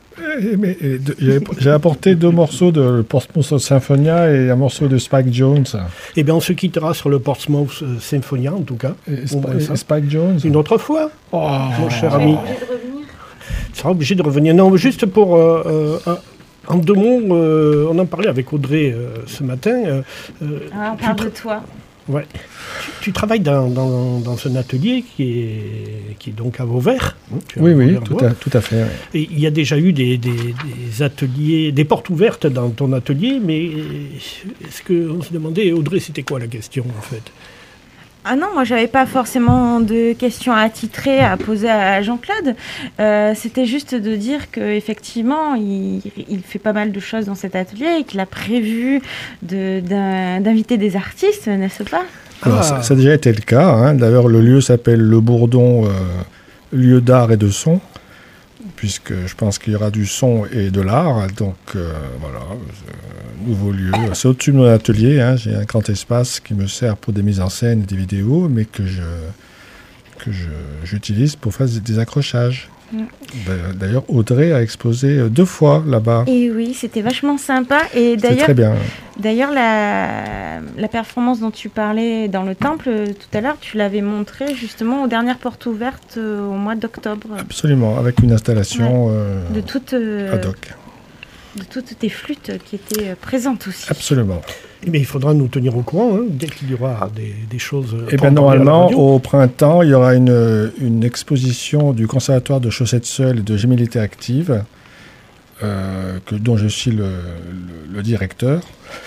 J'ai apporté 2 morceaux de Portsmouth Symphonia et un morceau de Spike Jones. Eh bien, on se quittera sur le Portsmouth Symphonia, en tout cas. Spike Jones. Une autre fois, mon cher ami. sera obligé de revenir. Non, juste pour... en 2 mots, on en parlait avec Audrey ce matin. On parle de toi. Ouais. Tu travailles dans un atelier qui est donc à Vauvert. Oui, tout à fait. Ouais. Et il y a déjà eu des ateliers, des portes ouvertes dans ton atelier, mais est-ce qu'on se demandait, Audrey, c'était quoi la question en fait ? Ah non, moi j'avais pas forcément de questions attitrées à poser à Jean-Claude. C'était juste de dire qu'effectivement, il fait pas mal de choses dans cet atelier et qu'il a prévu d'inviter des artistes, n'est-ce pas ? Alors, ça a déjà été le cas. Hein. D'ailleurs, le lieu s'appelle Le Bourdon, lieu d'art et de son, puisque je pense qu'il y aura du son et de l'art. Donc, voilà, nouveau lieu. C'est au-dessus de mon atelier. Hein. J'ai un grand espace qui me sert pour des mises en scène et des vidéos, mais que j'utilise pour faire des accrochages. D'ailleurs, Audrey a exposé 2 fois là-bas. Et oui, c'était vachement sympa. Et d'ailleurs, très bien. D'ailleurs, la performance dont tu parlais dans le temple tout à l'heure, tu l'avais montrée justement aux dernières portes ouvertes au mois d'octobre. Absolument, avec une installation de toute, ad hoc. De toutes tes flûtes qui étaient présentes aussi. Absolument. Mais il faudra nous tenir au courant dès qu'il y aura des choses. Et bien normalement, au printemps, il y aura une exposition du Conservatoire de Chaussettes Seules et de Gémilité Active, dont je suis le directeur.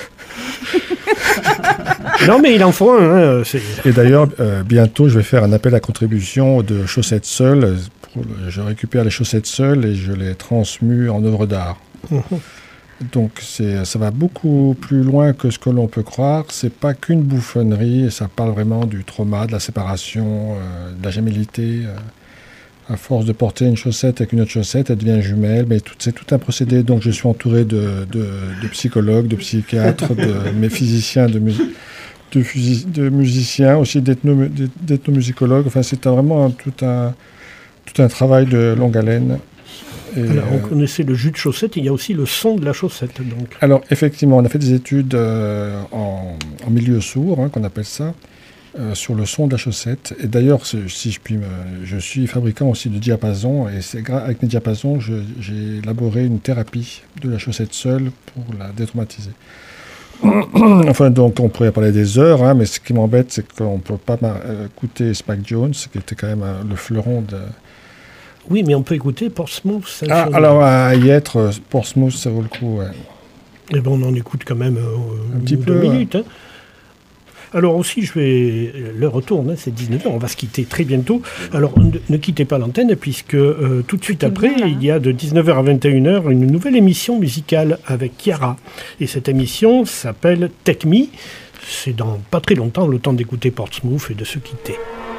Non, mais il en faut un. Et d'ailleurs, bientôt, je vais faire un appel à contribution de Chaussettes Seules. Je récupère les chaussettes seules et je les transmue en œuvre d'art. Donc ça va beaucoup plus loin que ce que l'on peut croire. C'est pas qu'une bouffonnerie, et ça parle vraiment du trauma, de la séparation, de la gémellité. À force de porter une chaussette avec une autre chaussette, elle devient jumelle. Mais c'est tout un procédé. Donc je suis entouré de psychologues, de psychiatres, de mes physiciens, de musiciens, aussi d'ethnomusicologues. Enfin, c'est vraiment tout un travail de longue haleine. Et alors, on connaissait le jus de chaussette, il y a aussi le son de la chaussette. Donc. Alors, effectivement, on a fait des études en milieu sourd, qu'on appelle ça, sur le son de la chaussette. Et d'ailleurs, si je puis, je suis fabricant aussi de diapasons, et avec mes diapasons, j'ai élaboré une thérapie de la chaussette seule pour la détraumatiser. Enfin, donc, on pourrait parler des heures, mais ce qui m'embête, c'est qu'on ne peut pas écouter Spike Jones, qui était quand même le fleuron de... Oui, mais on peut écouter Portsmouth. Alors, à y être, Portsmouth, ça vaut le coup, ouais. Et ben, on en écoute quand même un petit peu, 2 minutes. Hein. Alors aussi, l'heure retourne, c'est 19h, on va se quitter très bientôt. Alors, ne quittez pas l'antenne, puisque tout de suite après, il y a de 19h à 21h une nouvelle émission musicale avec Chiara. Et cette émission s'appelle Take Me. C'est dans pas très longtemps, le temps d'écouter Portsmouth et de se quitter.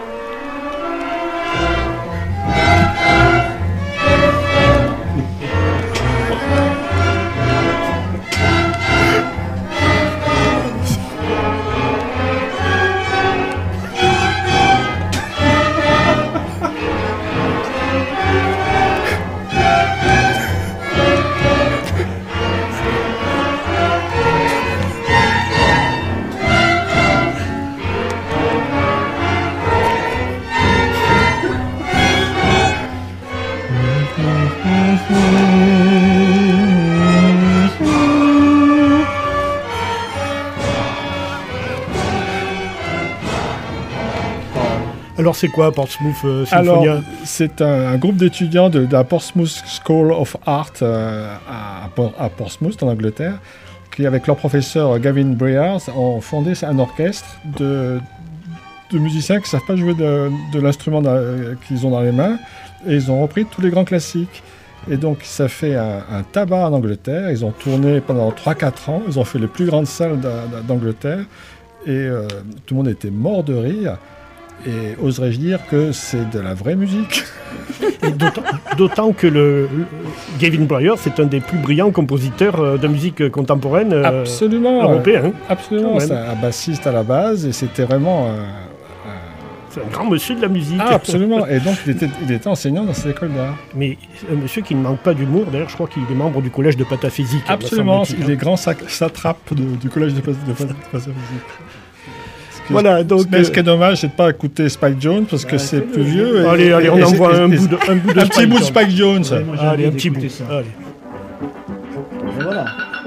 Alors c'est quoi Portsmouth Symphonia? Alors c'est un groupe d'étudiants de la Portsmouth School of Art à Portsmouth en Angleterre qui avec leur professeur Gavin Briars ont fondé un orchestre de musiciens qui ne savent pas jouer de l'instrument qu'ils ont dans les mains et ils ont repris tous les grands classiques. Et donc ça fait un tabac en Angleterre, ils ont tourné pendant 3-4 ans, ils ont fait les plus grandes salles d'Angleterre et tout le monde était mort de rire. Et oserais-je dire que c'est de la vraie musique. D'autant que Gavin Bryars c'est un des plus brillants compositeurs de musique contemporaine européen. Absolument, c'est un bassiste à la base et c'était vraiment c'est un grand monsieur de la musique. Ah, absolument, et donc il était enseignant dans cette école d'art. Mais un monsieur qui ne manque pas d'humour, d'ailleurs je crois qu'il est membre du collège de Pataphysique. Absolument, il est grand satrape du collège de Pataphysique. Voilà, donc, mais ce qui est dommage, c'est de ne pas écouter Spike Jones parce que c'est plus vieux. Allez, on envoie un bout de un petit bout de Spike Jones. Allez, un petit bout. Allez. Et voilà.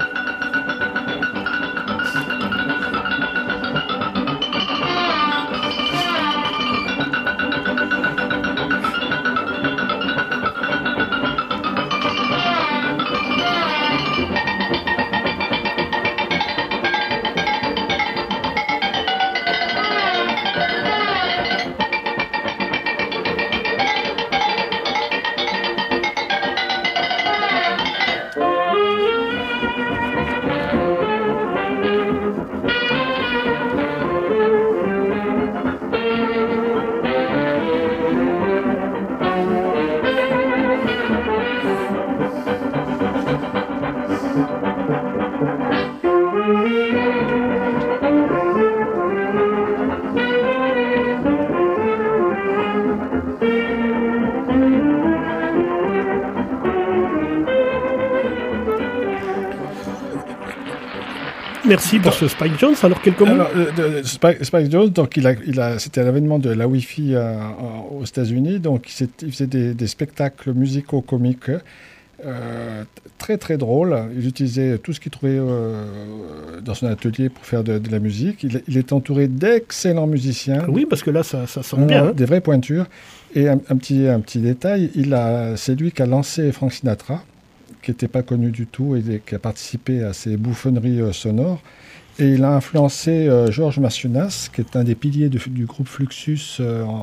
Merci pour ce Spike Jones. Alors, quelques mots. Spike Jones, donc c'était à l'avènement de la Wi-Fi aux États-Unis. Donc, il faisait des spectacles musicaux comiques très très drôles. Il utilisait tout ce qu'il trouvait dans son atelier pour faire de la musique. Il est entouré d'excellents musiciens. Oui, parce que là, ça sonne bien. Des vraies pointures. Et un petit détail, c'est lui qui a lancé Frank Sinatra, qui n'était pas connu du tout et qui a participé à ces bouffonneries sonores. Et il a influencé Georges Maciunas, qui est un des piliers du groupe Fluxus,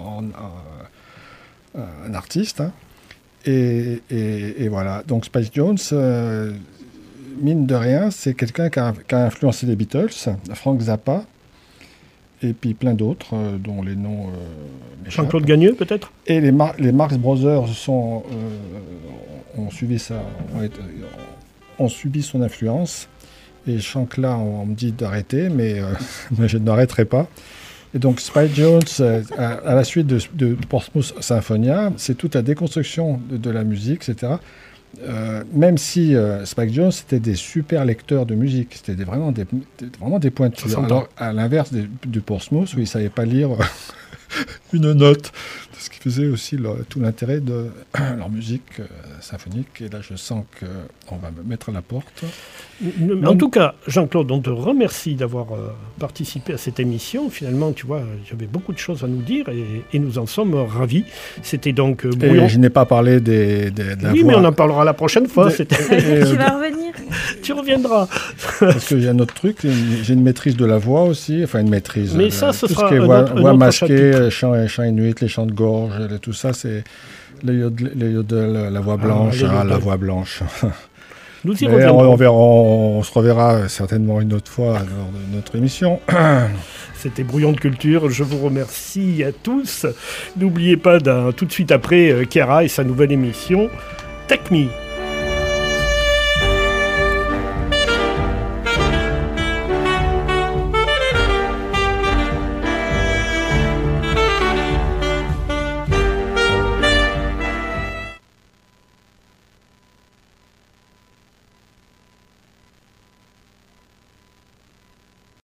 un artiste. Hein. Et voilà. Donc Spike Jones, mine de rien, c'est quelqu'un qui a influencé les Beatles, Frank Zappa, et puis plein d'autres, dont les noms... Jean-Claude Gagneux, peut-être. Et les Marx Brothers ont suivi ont subi son influence. Et Shankla, on me dit d'arrêter, mais je n'arrêterai pas. Et donc Spike Jones, à la suite de Portsmouth Symphonia, c'est toute la déconstruction de la musique, etc. Même si Spike Jones, c'était des super lecteurs de musique, c'était vraiment des pointures. Alors, à l'inverse de Portsmouth, où ils ne savaient pas lire une note, ce qui faisait aussi tout l'intérêt de leur musique symphonique. Et là, je sens qu'on va me mettre à la porte. En tout cas, Jean-Claude, on te remercie d'avoir participé à cette émission. Finalement, tu vois, j'avais beaucoup de choses à nous dire et nous en sommes ravis. C'était donc Brouillon. Et je n'ai pas parlé de la voix. Oui, mais on en parlera la prochaine fois. Tu vas revenir. Tu reviendras. Parce qu'il y a un autre truc, j'ai une maîtrise de la voix aussi, enfin une maîtrise. Mais ça, ce tout sera ce qui est voix masquée, chant inuit, les chants de gorge, tout ça, c'est les yodel, la voix blanche, la voix blanche. Nous y reviendrons. On se reverra certainement une autre fois lors de notre émission. C'était Brouillon de Culture. Je vous remercie à tous. N'oubliez pas tout de suite après Chiara et sa nouvelle émission Take Me.